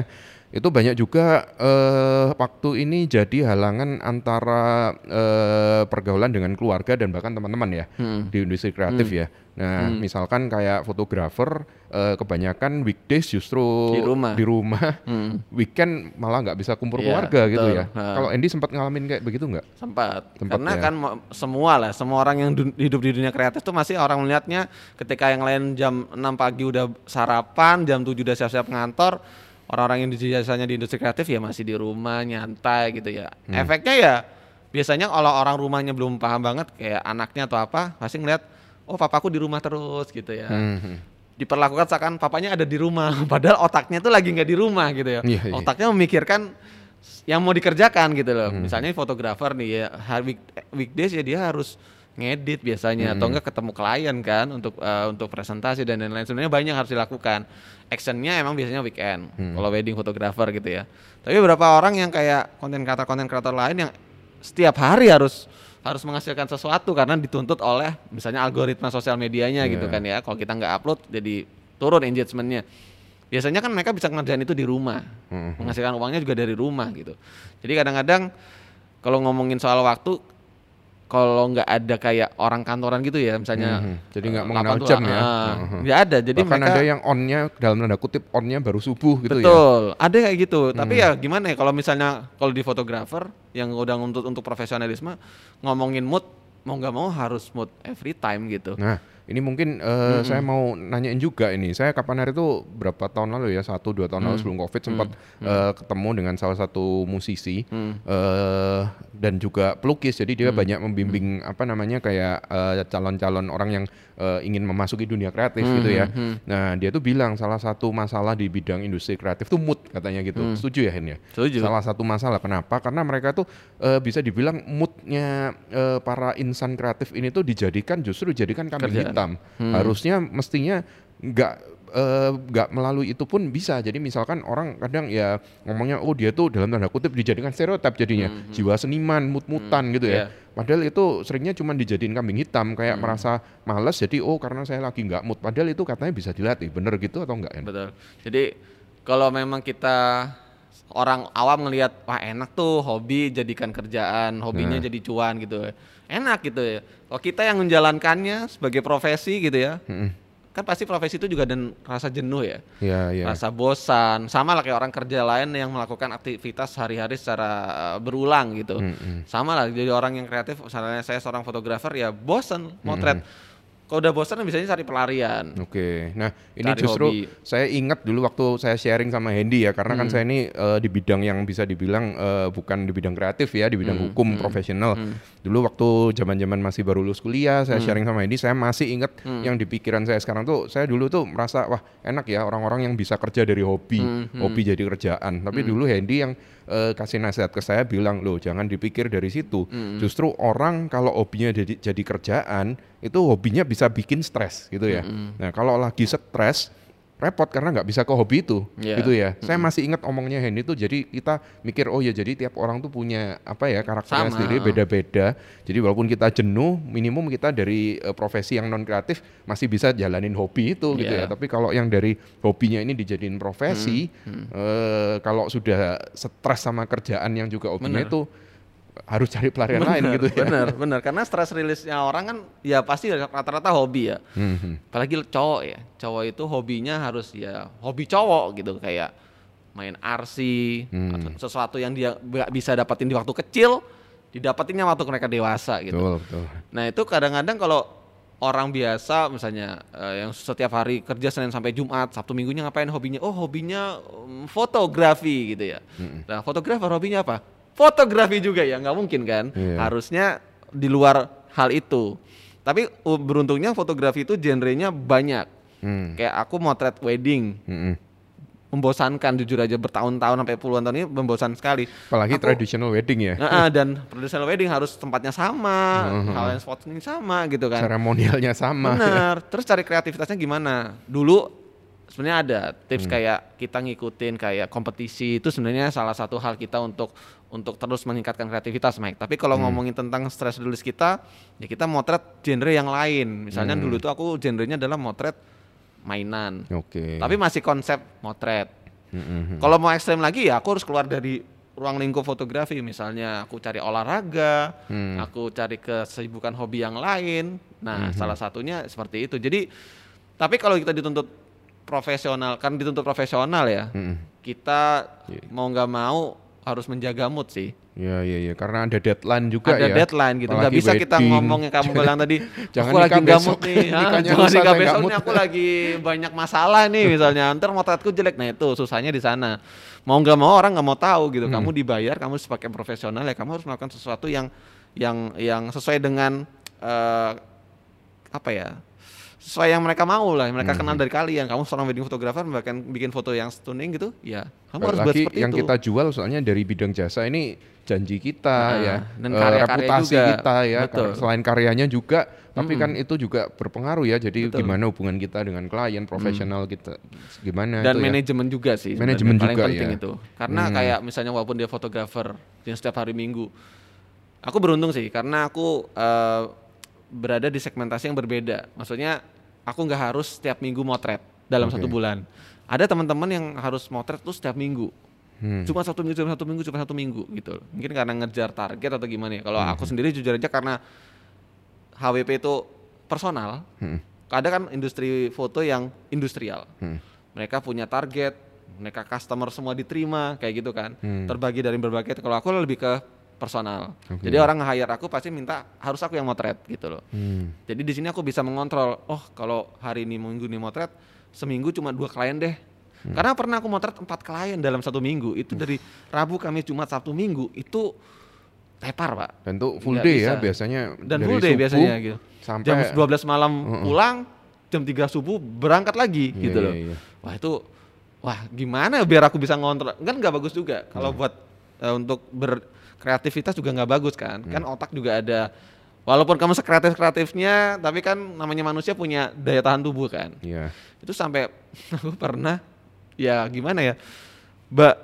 itu banyak juga eh, waktu ini jadi halangan antara eh, pergaulan dengan keluarga dan bahkan teman-teman ya Hmm. di industri kreatif Hmm. ya. Nah, Hmm. misalkan kayak fotografer eh, kebanyakan weekdays justru Di rumah. di rumah, Hmm. weekend malah nggak bisa kumpul Iya, keluarga gitu betul. ya. Ha. Kalau Andy sempat ngalamin kayak begitu nggak? Sempat. Sempat Karena ya. kan mo- semua lah, semua orang yang dun- hidup di dunia kreatif tuh masih orang melihatnya ketika yang lain jam enam pagi udah sarapan, jam tujuh udah siap-siap ngantor, orang-orang yang di biasanya di industri kreatif ya masih di rumah nyantai gitu ya. Hmm. Efeknya ya biasanya kalau orang rumahnya belum paham banget kayak anaknya atau apa, pasti ngeliat oh papaku di rumah terus gitu ya. Hmm. Diperlakukan seakan papanya ada di rumah, padahal otaknya tuh lagi nggak di rumah gitu ya. Iya, iya. Otaknya memikirkan yang mau dikerjakan gitu loh. Hmm. Misalnya fotografer nih ya, hari week, weekdays ya dia harus ngedit biasanya Hmm. atau enggak ketemu klien kan untuk eh, untuk presentasi dan lain-lain. Sebenarnya banyak harus dilakukan. Actionnya emang biasanya weekend. Hmm. Kalau wedding fotografer gitu ya. Tapi beberapa orang yang kayak konten kreator-konten kreator lain yang setiap hari harus harus menghasilkan sesuatu karena dituntut oleh misalnya algoritma sosial medianya gitu Yeah. kan ya. Kalau kita nggak upload jadi turun engagementnya. Biasanya kan mereka bisa ngerjain itu di rumah, Hmm. menghasilkan uangnya juga dari rumah gitu. Jadi kadang-kadang kalau ngomongin soal waktu, kalau nggak ada kayak orang kantoran gitu ya, misalnya Mhm. Jadi nggak eh, mengenal delapan tuh, jam ya. ah, Mhm. nggak ada. Jadi Bahkan mereka ada yang on-nya dalam tanda kutip on-nya baru subuh gitu ya. betul, ada kayak gitu. Tapi Hmm. ya gimana ya kalau misalnya kalau di fotografer yang udah untuk untuk profesionalisme ngomongin mood mau nggak mau harus mood every time gitu. Nah, ini mungkin eh, saya mau nanyain juga ini. Saya kapan hari itu berapa tahun lalu ya, satu dua tahun lalu sebelum COVID sempat eh, ketemu dengan salah satu musisi Hmm. eh, dan juga pelukis. Jadi dia banyak membimbing apa namanya kayak eh, calon-calon orang yang eh, ingin memasuki dunia kreatif gitu ya. Nah, dia tuh bilang salah satu masalah di bidang industri kreatif tuh mood katanya gitu. Setuju ya Hen ya? Setuju. Salah satu masalah kenapa? Karena mereka tuh eh, bisa dibilang moodnya eh, para insan kreatif ini tuh dijadikan justru dijadikan kambing Kerjaan. hitam. Harusnya mestinya nggak eh, nggak melalui itu pun bisa. Jadi misalkan orang kadang ya ngomongnya oh dia tuh dalam tanda kutip dijadikan stereotip jadinya jiwa seniman, mut-mutan gitu ya. Iya. Padahal itu seringnya cuma dijadiin kambing hitam kayak merasa malas jadi oh karena saya lagi nggak mood. Padahal itu katanya bisa dilatih. Bener gitu atau enggak? Hen? Betul. Jadi kalau memang kita orang awam ngelihat wah enak tuh hobi jadikan kerjaan, hobinya Nah. jadi cuan gitu. Enak gitu ya. Kalau kita yang menjalankannya sebagai profesi gitu ya. Mm-mm. Kan pasti profesi itu juga dan rasa jenuh ya. Iya, iya. Rasa bosan, sama lah kayak orang kerja lain yang melakukan aktivitas sehari-hari secara uh, berulang gitu. Mm-mm. Sama lah jadi orang yang kreatif, misalnya saya seorang fotografer ya bosan motret. Kalau udah bosan biasanya cari pelarian. Oke, nah ini Cari justru hobi. saya ingat dulu waktu saya sharing sama Hendy ya, karena kan saya ini eh, di bidang yang bisa dibilang eh, bukan di bidang kreatif ya, di bidang hukum profesional. Dulu waktu zaman-zaman masih baru lulus kuliah, saya sharing sama Hendy, saya masih ingat yang di pikiran saya sekarang tuh, saya dulu tuh merasa wah enak ya orang-orang yang bisa kerja dari hobi, hobi jadi kerjaan. Tapi dulu Hendy yang eh, kasih nasihat ke saya bilang loh jangan dipikir dari situ. Justru orang kalau hobinya jadi, jadi kerjaan itu hobinya bisa bikin stres gitu ya. Nah kalau lagi stres repot karena nggak bisa ke hobi itu, Iya. gitu ya. Saya masih ingat omongnya Hendy tuh, jadi kita mikir oh ya jadi tiap orang tuh punya apa ya karakternya Sama. sendiri beda-beda. Jadi walaupun kita jenuh, minimum kita dari eh, profesi yang non kreatif masih bisa jalanin hobi itu gitu ya. Iya. Tapi kalau yang dari hobinya ini dijadiin profesi, eh, kalau sudah stres sama kerjaan yang juga hobinya Bener. itu harus cari pelarian lain gitu ya. Bener, bener. Karena stress rilisnya orang kan ya pasti rata-rata hobi ya. Mhm. Apalagi cowok ya. Cowok itu hobinya harus ya hobi cowok gitu kayak main R C, Hmm. atau sesuatu yang dia nggak bisa dapetin di waktu kecil, didapetinnya waktu mereka dewasa gitu. Betul, betul. Nah itu kadang-kadang kalau orang biasa misalnya eh, yang setiap hari kerja Senin sampai Jumat, Sabtu Minggunya ngapain hobinya? Oh hobinya um, fotografi gitu ya. Nah fotografer hobinya apa? Fotografi juga ya, nggak mungkin kan? Iya. Harusnya di luar hal itu. Tapi uh, beruntungnya fotografi itu genrenya banyak. Hmm. Kayak aku motret wedding, Mhm. membosankan jujur aja bertahun-tahun sampai puluhan tahun ini membosankan sekali. Apalagi Aku- traditional wedding ya. Nah, dan traditional wedding harus tempatnya sama, hal yang spotnya sama gitu kan. Seremonialnya sama. Benar. Terus cari kreativitasnya gimana? Dulu sebenarnya ada tips Hmm. kayak kita ngikutin kayak kompetisi itu sebenarnya salah satu hal kita untuk untuk terus meningkatkan kreativitas, Mike. Tapi kalau Hmm. ngomongin tentang stress release kita, ya kita motret genre yang lain. Misalnya Hmm. dulu tuh aku genrenya adalah motret mainan. Oke. Tapi masih konsep motret. Mm-hmm. Kalau mau ekstrem lagi ya aku harus keluar dari ruang lingkup fotografi, misalnya aku cari olahraga, hmm. aku cari kesibukan hobi yang lain. Nah, hmm. salah satunya seperti itu. Jadi, tapi kalau kita dituntut profesional, kan dituntut profesional ya, hmm. kita yeah. mau nggak mau harus menjaga mood sih. Iya iya iya, karena ada deadline juga ada ya. Ada deadline gitu, nggak bisa wedding. Kita ngomong yang kamu bilang tadi, jangan aku lagi nggak mood nih, ah, jangan nikah besok nih aku lagi banyak masalah nih misalnya, ntar motretku jelek, nah itu susahnya di sana. Mau nggak mau orang nggak mau tahu gitu, hmm. kamu dibayar, kamu sebagai profesional ya, kamu harus melakukan sesuatu yang yang yang sesuai dengan uh, apa ya, sesuai yang mereka mau lah, yang mereka hmm. kenal dari kalian. Kamu seorang wedding photographer, bahkan bikin foto yang stunning gitu, ya kamu harus buat seperti yang itu. Kita jual soalnya dari bidang jasa ini janji kita nah, ya, dan karya -karya reputasi juga. kita ya, Betul. Selain karyanya juga, tapi hmm. kan itu juga berpengaruh ya. Jadi Betul. Gimana hubungan kita dengan klien, profesional hmm. kita, gimana dan itu manajemen ya? juga sih. Manajemen juga paling penting ya. Itu, karena hmm. kayak misalnya walaupun dia fotografer yang setiap hari Minggu, aku beruntung sih karena aku uh, berada di segmentasi yang berbeda. Maksudnya aku nggak harus setiap minggu motret dalam okay. satu bulan. Ada teman-teman yang harus motret tuh setiap minggu. Hmm. Cuma satu minggu, cuma satu minggu, cuma satu minggu gitu. Mungkin karena ngejar target atau gimana ya. Kalau hmm. aku sendiri jujur aja karena H W P itu personal. Hmm. Ada kan industri foto yang industrial. Hmm. Mereka punya target, mereka customer semua diterima kayak gitu kan. Hmm. Terbagi dari berbagai. Kalau aku lebih ke personal. Okay. Jadi orang nge-hire aku pasti minta harus aku yang motret gitu loh. Hmm. Jadi di sini aku bisa mengontrol. Oh kalau hari ini minggu ini motret, seminggu cuma dua klien deh. Hmm. Karena pernah aku motret empat klien dalam satu minggu. Itu uh. dari Rabu, Kamis, Jumat, Sabtu, Minggu itu tepar pak. Dan itu full day bisa. Ya biasanya. Dan dari full day subuh biasanya gitu. Sampai jam dua belas malam uh-uh. pulang, jam tiga subuh berangkat lagi yeah, gitu loh. Yeah, yeah. Wah itu, wah gimana biar aku bisa ngontrol? Kan nggak bagus juga kalau hmm. buat uh, untuk berkreativitas juga nggak bagus kan. Hmm. Kan otak juga ada. Walaupun kamu sekreatif-kreatifnya, tapi kan namanya manusia punya daya tahan tubuh kan. Iya. Itu sampai aku pernah, ya gimana ya, ba,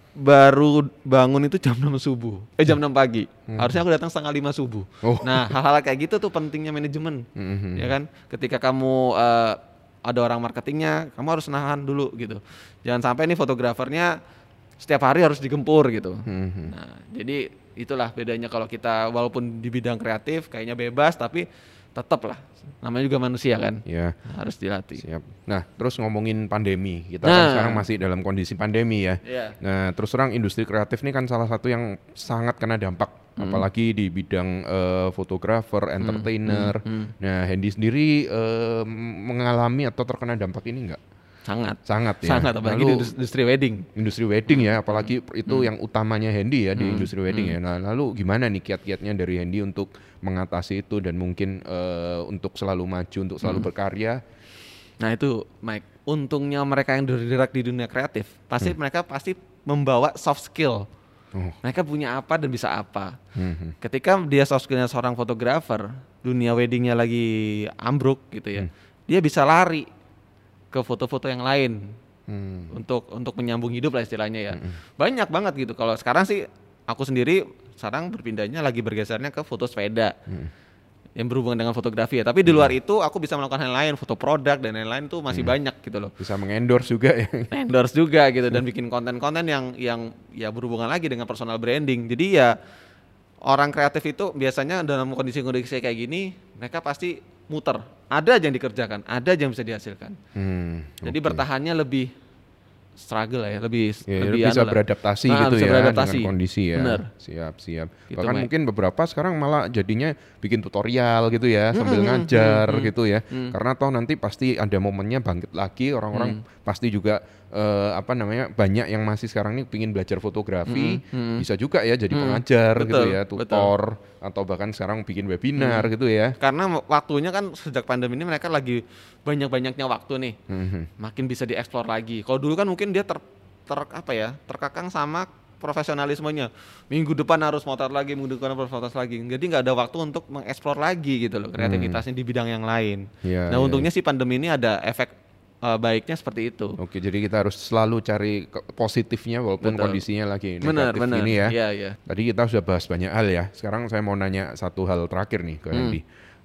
baru bangun itu jam enam subuh, eh jam enam pagi. Hmm. Harusnya aku datang setengah lima subuh. Oh. Nah hal-hal kayak gitu tuh pentingnya manajemen, hmm. ya kan. Ketika kamu uh, ada orang marketingnya, kamu harus nahan dulu gitu. Jangan sampai nih fotografernya setiap hari harus digempur gitu. Hmm. Nah jadi itulah bedanya kalau kita walaupun di bidang kreatif kayaknya bebas tapi tetap lah namanya juga manusia kan ya. Harus dilatih. Siap. Nah terus ngomongin pandemi kita nah. kan sekarang masih dalam kondisi pandemi ya. Ya. Nah terus terang industri kreatif ini kan salah satu yang sangat kena dampak hmm. apalagi di bidang uh, fotografer, entertainer. Hmm. Hmm. Hmm. Nah Hendy sendiri uh, mengalami atau terkena dampak ini enggak? Sangat, sangat ya. Sangat, apalagi lalu, di industri wedding. Industri wedding ya, apalagi hmm. itu hmm. yang utamanya Hendy ya di hmm. industri wedding hmm. ya. Nah, lalu gimana nih kiat-kiatnya dari Hendy untuk mengatasi itu dan mungkin uh, untuk selalu maju, untuk selalu hmm. berkarya? Nah itu, Mike, untungnya mereka yang bergerak di dunia kreatif, pasti hmm. mereka pasti membawa soft skill. Oh. Mereka punya apa dan bisa apa. Hmm. Ketika dia soft skillnya seorang fotografer, dunia weddingnya lagi ambruk gitu ya, hmm. dia bisa lari ke foto-foto yang lain hmm. untuk untuk menyambung hidup lah istilahnya ya. Hmm. Banyak banget gitu. Kalau sekarang sih aku sendiri sekarang berpindahnya lagi bergesernya ke foto sepeda hmm. yang berhubungan dengan fotografi ya. Tapi hmm. di luar itu aku bisa melakukan hal lain, foto produk dan lain-lain itu masih hmm. banyak gitu loh. Bisa mengendorse juga ya. Endorse juga gitu dan bikin konten-konten yang yang ya berhubungan lagi dengan personal branding. Jadi ya orang kreatif itu biasanya dalam kondisi-kondisi kayak gini mereka pasti muter, ada aja yang dikerjakan, ada aja yang bisa dihasilkan. Hmm, Jadi okay. bertahannya lebih struggle ya, lebih ya, lebih bisa anu beradaptasi nah, gitu bisa ya beradaptasi. Dengan kondisi ya. Bener. Siap, siap. Gitu, Bahkan Mike. mungkin beberapa sekarang malah jadinya bikin tutorial gitu ya, hmm, sambil hmm, ngajar hmm, gitu ya. Hmm. Karena toh nanti pasti ada momennya bangkit lagi, orang-orang hmm. pasti juga uh, apa namanya banyak yang masih sekarang ini pingin belajar fotografi, hmm, hmm. bisa juga ya jadi hmm. pengajar betul, gitu ya, tutor betul. Atau bahkan sekarang bikin webinar hmm. gitu ya. Karena waktunya kan sejak pandemi ini mereka lagi banyak-banyaknya waktu nih, hmm. makin bisa dieksplor lagi. Kalau dulu kan mungkin dia ter, ter apa ya terkekang sama profesionalismenya. Minggu depan harus motret lagi, minggu depan harus motret lagi. Jadi nggak ada waktu untuk mengeksplor lagi gitu loh kreativitasnya hmm. di bidang yang lain. Ya, nah ya, untungnya ya. sih pandemi ini ada efek uh, baiknya seperti itu. Oke, jadi kita harus selalu cari positifnya walaupun betul. Kondisinya lagi negatif bener, bener. Ini ya. Ya, ya. Tadi kita sudah bahas banyak hal ya. Sekarang saya mau nanya satu hal terakhir nih ke hmm. Hendy.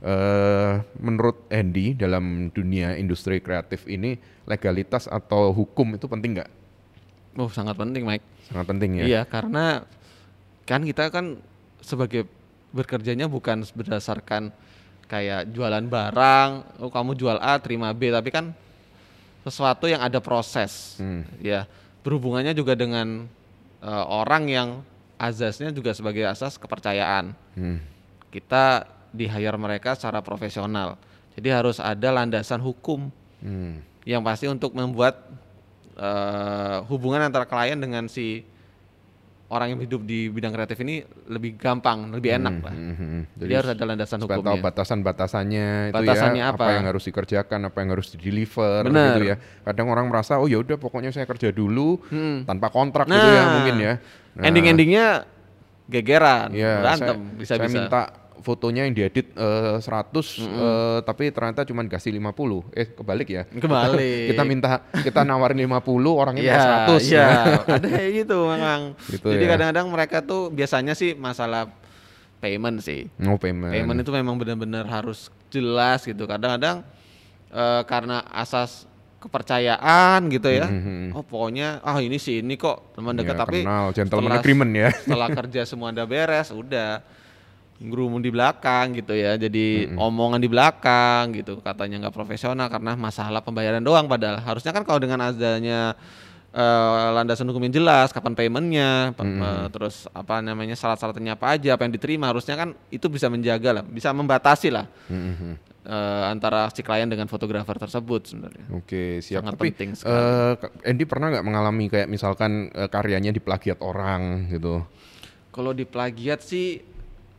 Uh, menurut Hendy dalam dunia industri kreatif ini legalitas atau hukum itu penting nggak? Oh, sangat penting, Mike. Sangat penting ya. Iya, karena kan kita kan sebagai bekerjanya bukan berdasarkan kayak jualan barang, oh kamu jual A terima B, tapi kan sesuatu yang ada proses. Hmm. Ya, berhubungannya juga dengan uh, orang yang azasnya juga sebagai asas kepercayaan. Hmm. Kita di-hire mereka secara profesional. Jadi harus ada landasan hukum. Hmm. Yang pasti untuk membuat uh, hubungan antara klien dengan si orang yang hidup di bidang kreatif ini lebih gampang, lebih enak hmm, lah. Hmm, hmm. Jadi, Jadi harus ada landasan hukumnya. Tahu batasan-batasannya itu Batasannya ya, apa? apa yang harus dikerjakan, apa yang harus di-deliver gitu ya. Kadang orang merasa oh ya udah pokoknya saya kerja dulu hmm. tanpa kontrak nah, gitu ya mungkin ya. Nah, ending-endingnya gegeran, ya, berantem bisa-bisa. Saya minta fotonya yang diedit uh, seratus mm-hmm. uh, tapi ternyata cuma dikasih lima puluh. Eh kebalik ya. Kebalik. kita minta kita nawarin lima puluh, orangnya yeah, seratus. Iya, yeah. Ada kayak gitu memang. Gitu Jadi ya. kadang-kadang mereka tuh biasanya sih masalah payment sih. No payment. Payment itu memang benar-benar harus jelas gitu. Kadang-kadang uh, karena asas kepercayaan gitu ya. Mm-hmm. Oh pokoknya ah ini sih ini kok teman dekat ya, tapi kenal, gentleman agreement ya. Setelah kerja semua udah beres, udah ngerumun di belakang gitu ya, jadi mm-hmm. omongan di belakang gitu, katanya nggak profesional karena masalah pembayaran doang, padahal harusnya kan kalau dengan adanya uh, landasan hukum yang jelas, kapan paymentnya, mm-hmm. uh, terus apa namanya syarat-syaratnya apa aja, apa yang diterima, harusnya kan itu bisa menjaga lah, bisa membatasi lah mm-hmm. uh, antara si klien dengan fotografer tersebut sebenarnya. Oke, siap. Sangat Tapi penting uh, Andy pernah nggak mengalami kayak misalkan uh, karyanya diplagiat orang gitu? Kalau diplagiat sih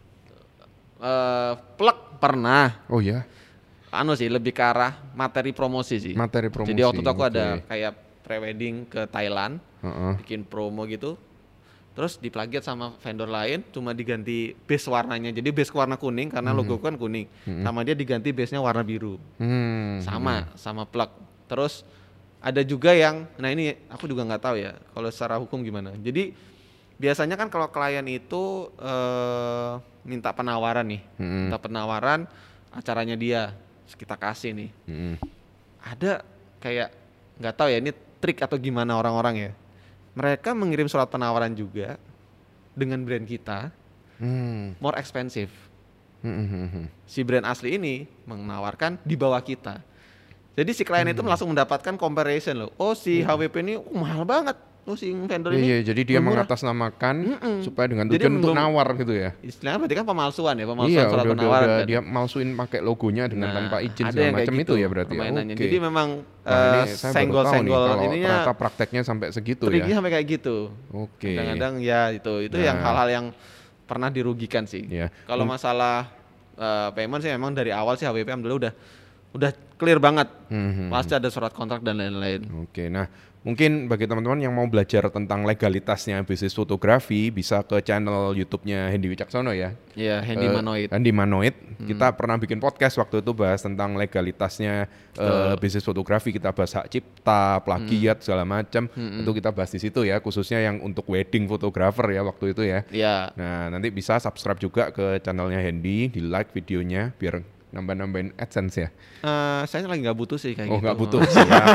Uh, plek pernah. Oh ya. Anu sih lebih ke arah materi promosi sih. Materi promosi. Jadi waktu itu aku okay. ada kayak pre-wedding ke Thailand, uh-uh. bikin promo gitu. Terus diplagiat sama vendor lain, cuma diganti base warnanya. Jadi base warna kuning karena hmm. logo kan kuning. Hmm. Sama dia diganti base-nya warna biru. Hmm. Sama, hmm. sama plek. Terus ada juga yang, nah ini aku juga nggak tahu ya. Kalau secara hukum gimana. Jadi biasanya kan kalau klien itu uh, minta penawaran nih, hmm. minta penawaran acaranya dia, terus kita kasih nih. Hmm. Ada kayak nggak tahu ya ini trik atau gimana orang-orang ya. Mereka mengirim surat penawaran juga dengan brand kita, hmm. more expensive. Hmm. Si brand asli ini menawarkan di bawah kita. Jadi si klien hmm. itu langsung mendapatkan comparison loh. Oh si hmm. H W P ini uh, mahal banget. Oh si vendor iya, ini. Iya, jadi dia murah. Mengatasnamakan Mm-mm. supaya dengan tujuan untuk nawar gitu ya. Istilahnya berarti kan pemalsuan ya, pemalsuan iya, surat udah, penawaran. Udah, kan? Dia malsuin pakai logonya dengan nah, tanpa izin segala macam gitu, itu ya berarti. Ya? Okay. Jadi Jadi memang uh, senggol-senggol ininya ternyata prakteknya sampai segitu ya. Triknya sampai kayak gitu. Oke. Okay. Kadang-kadang ya itu itu nah. yang hal-hal yang pernah dirugikan sih. Yeah. Kalau hmm. masalah uh, payment sih memang dari awal sih H W P alhamdulillah udah udah clear banget. Hmm. Pasti ada surat kontrak dan lain-lain. Oke, okay, nah mungkin bagi teman-teman yang mau belajar tentang legalitasnya bisnis fotografi bisa ke channel YouTube-nya Hendy Wicaksono ya. Iya, Hendy uh, Manoid. Hendy Manoid. Hmm. Kita pernah bikin podcast waktu itu bahas tentang legalitasnya uh, bisnis fotografi. Kita bahas hak cipta, plagiat hmm. segala macam. Hmm. Itu kita bahas di situ ya, khususnya yang untuk wedding photographer ya waktu itu ya. Iya. Nah, nanti bisa subscribe juga ke channelnya Hendy, di like videonya biar nambah-nambahin AdSense ya. Uh, saya lagi nggak butuh sih kayak oh, gitu. Oh nggak butuh.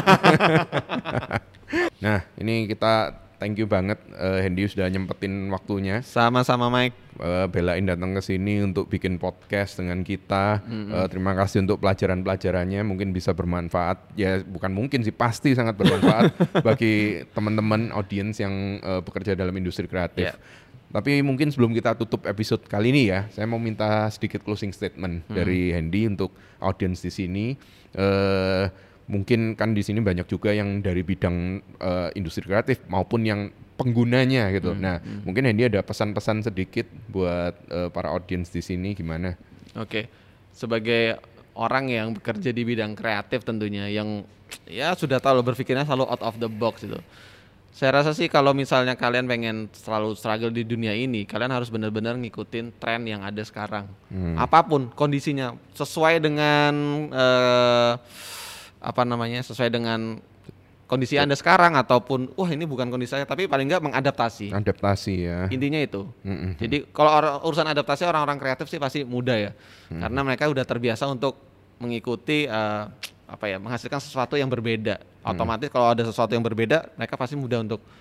Nah ini kita thank you banget uh, Hendy sudah nyempetin waktunya. Sama-sama Mike. Uh, belain datang ke sini untuk bikin podcast dengan kita. Mm-hmm. Uh, terima kasih untuk pelajaran-pelajarannya. Mungkin bisa bermanfaat. Ya bukan mungkin sih, pasti sangat bermanfaat bagi teman-teman audiens yang uh, bekerja dalam industri kreatif. Yeah. Tapi mungkin sebelum kita tutup episode kali ini ya, saya mau minta sedikit closing statement hmm. dari Hendy untuk audiens di sini. Uh, mungkin kan di sini banyak juga yang dari bidang uh, industri kreatif maupun yang penggunanya gitu. Hmm. Nah, hmm. mungkin Hendy ada pesan-pesan sedikit buat uh, para audiens di sini gimana? Oke, okay. Sebagai orang yang bekerja di bidang kreatif tentunya, yang ya sudah tahu berpikirnya selalu out of the box itu. Saya rasa sih kalau misalnya kalian pengen selalu struggle di dunia ini, kalian harus benar-benar ngikutin tren yang ada sekarang. Hmm. Apapun kondisinya, sesuai dengan uh, apa namanya, sesuai dengan kondisi Anda sekarang ataupun wah ini bukan kondisi saya, tapi paling nggak mengadaptasi. Adaptasi ya. Intinya itu. Mm-hmm. Jadi kalau or- urusan adaptasi orang-orang kreatif sih pasti mudah ya, mm. karena mereka udah terbiasa untuk mengikuti uh, apa ya, menghasilkan sesuatu yang berbeda. Otomatis hmm. kalau ada sesuatu yang berbeda, mereka pasti mudah untuk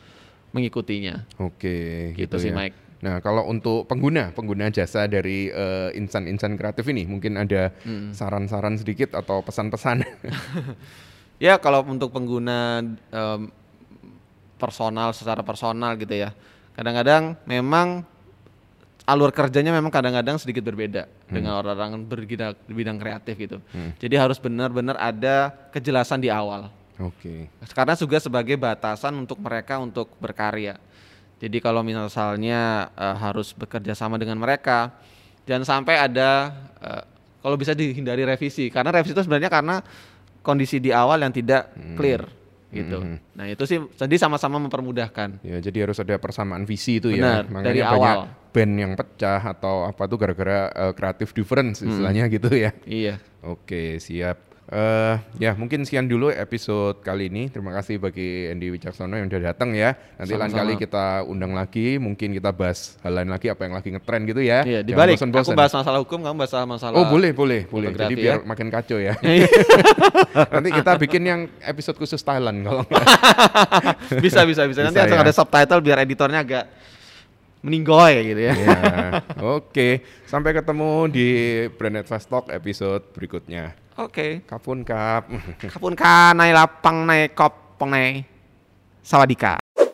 mengikutinya. Oke, Gitu, gitu, sih ya. Mike. Nah, kalau untuk pengguna, pengguna jasa dari uh, insan-insan kreatif ini, mungkin ada hmm. saran-saran sedikit atau pesan-pesan? Ya, kalau untuk pengguna um, personal, secara personal gitu ya, kadang-kadang memang alur kerjanya memang kadang-kadang sedikit berbeda hmm. dengan orang-orang bergerak di bidang kreatif gitu. Hmm. Jadi harus benar-benar ada kejelasan di awal. Oke. Okay. Karena juga sebagai batasan untuk mereka untuk berkarya. Jadi kalau misalnya uh, harus bekerja sama dengan mereka, jangan sampai ada uh, kalau bisa dihindari revisi. Karena revisi itu sebenarnya karena kondisi di awal yang tidak clear. Hmm. Gitu. Mm-hmm. Nah itu sih jadi sama-sama mempermudahkan. Ya jadi harus ada persamaan visi itu. Benar, ya. Makanya dari banyak awal. Band yang pecah atau apa tuh gara-gara uh, creative difference istilahnya hmm. gitu ya. Iya. Oke, siap. Uh, ya mungkin sekian dulu episode kali ini. Terima kasih bagi Andy Wicaksono yang udah datang ya. Nanti lain kali kita undang lagi, mungkin kita bahas hal lain lagi apa yang lagi ngetren gitu ya. Iya, dibalik aku bahas masalah hukum, kamu bahas masalah. Oh boleh, boleh, boleh. Jadi biar ya. makin kacau ya. Nanti kita bikin yang episode khusus Thailand kalau bisa, bisa, bisa. Nanti bisa, ya. Ada subtitle biar editornya agak meninggoy gitu ya. ya. Oke, sampai ketemu di Brand Advice Talk episode berikutnya. Oke. Okay. Kapun kap. Kapun ka, nai lapang, nai kopong, nai sawadika.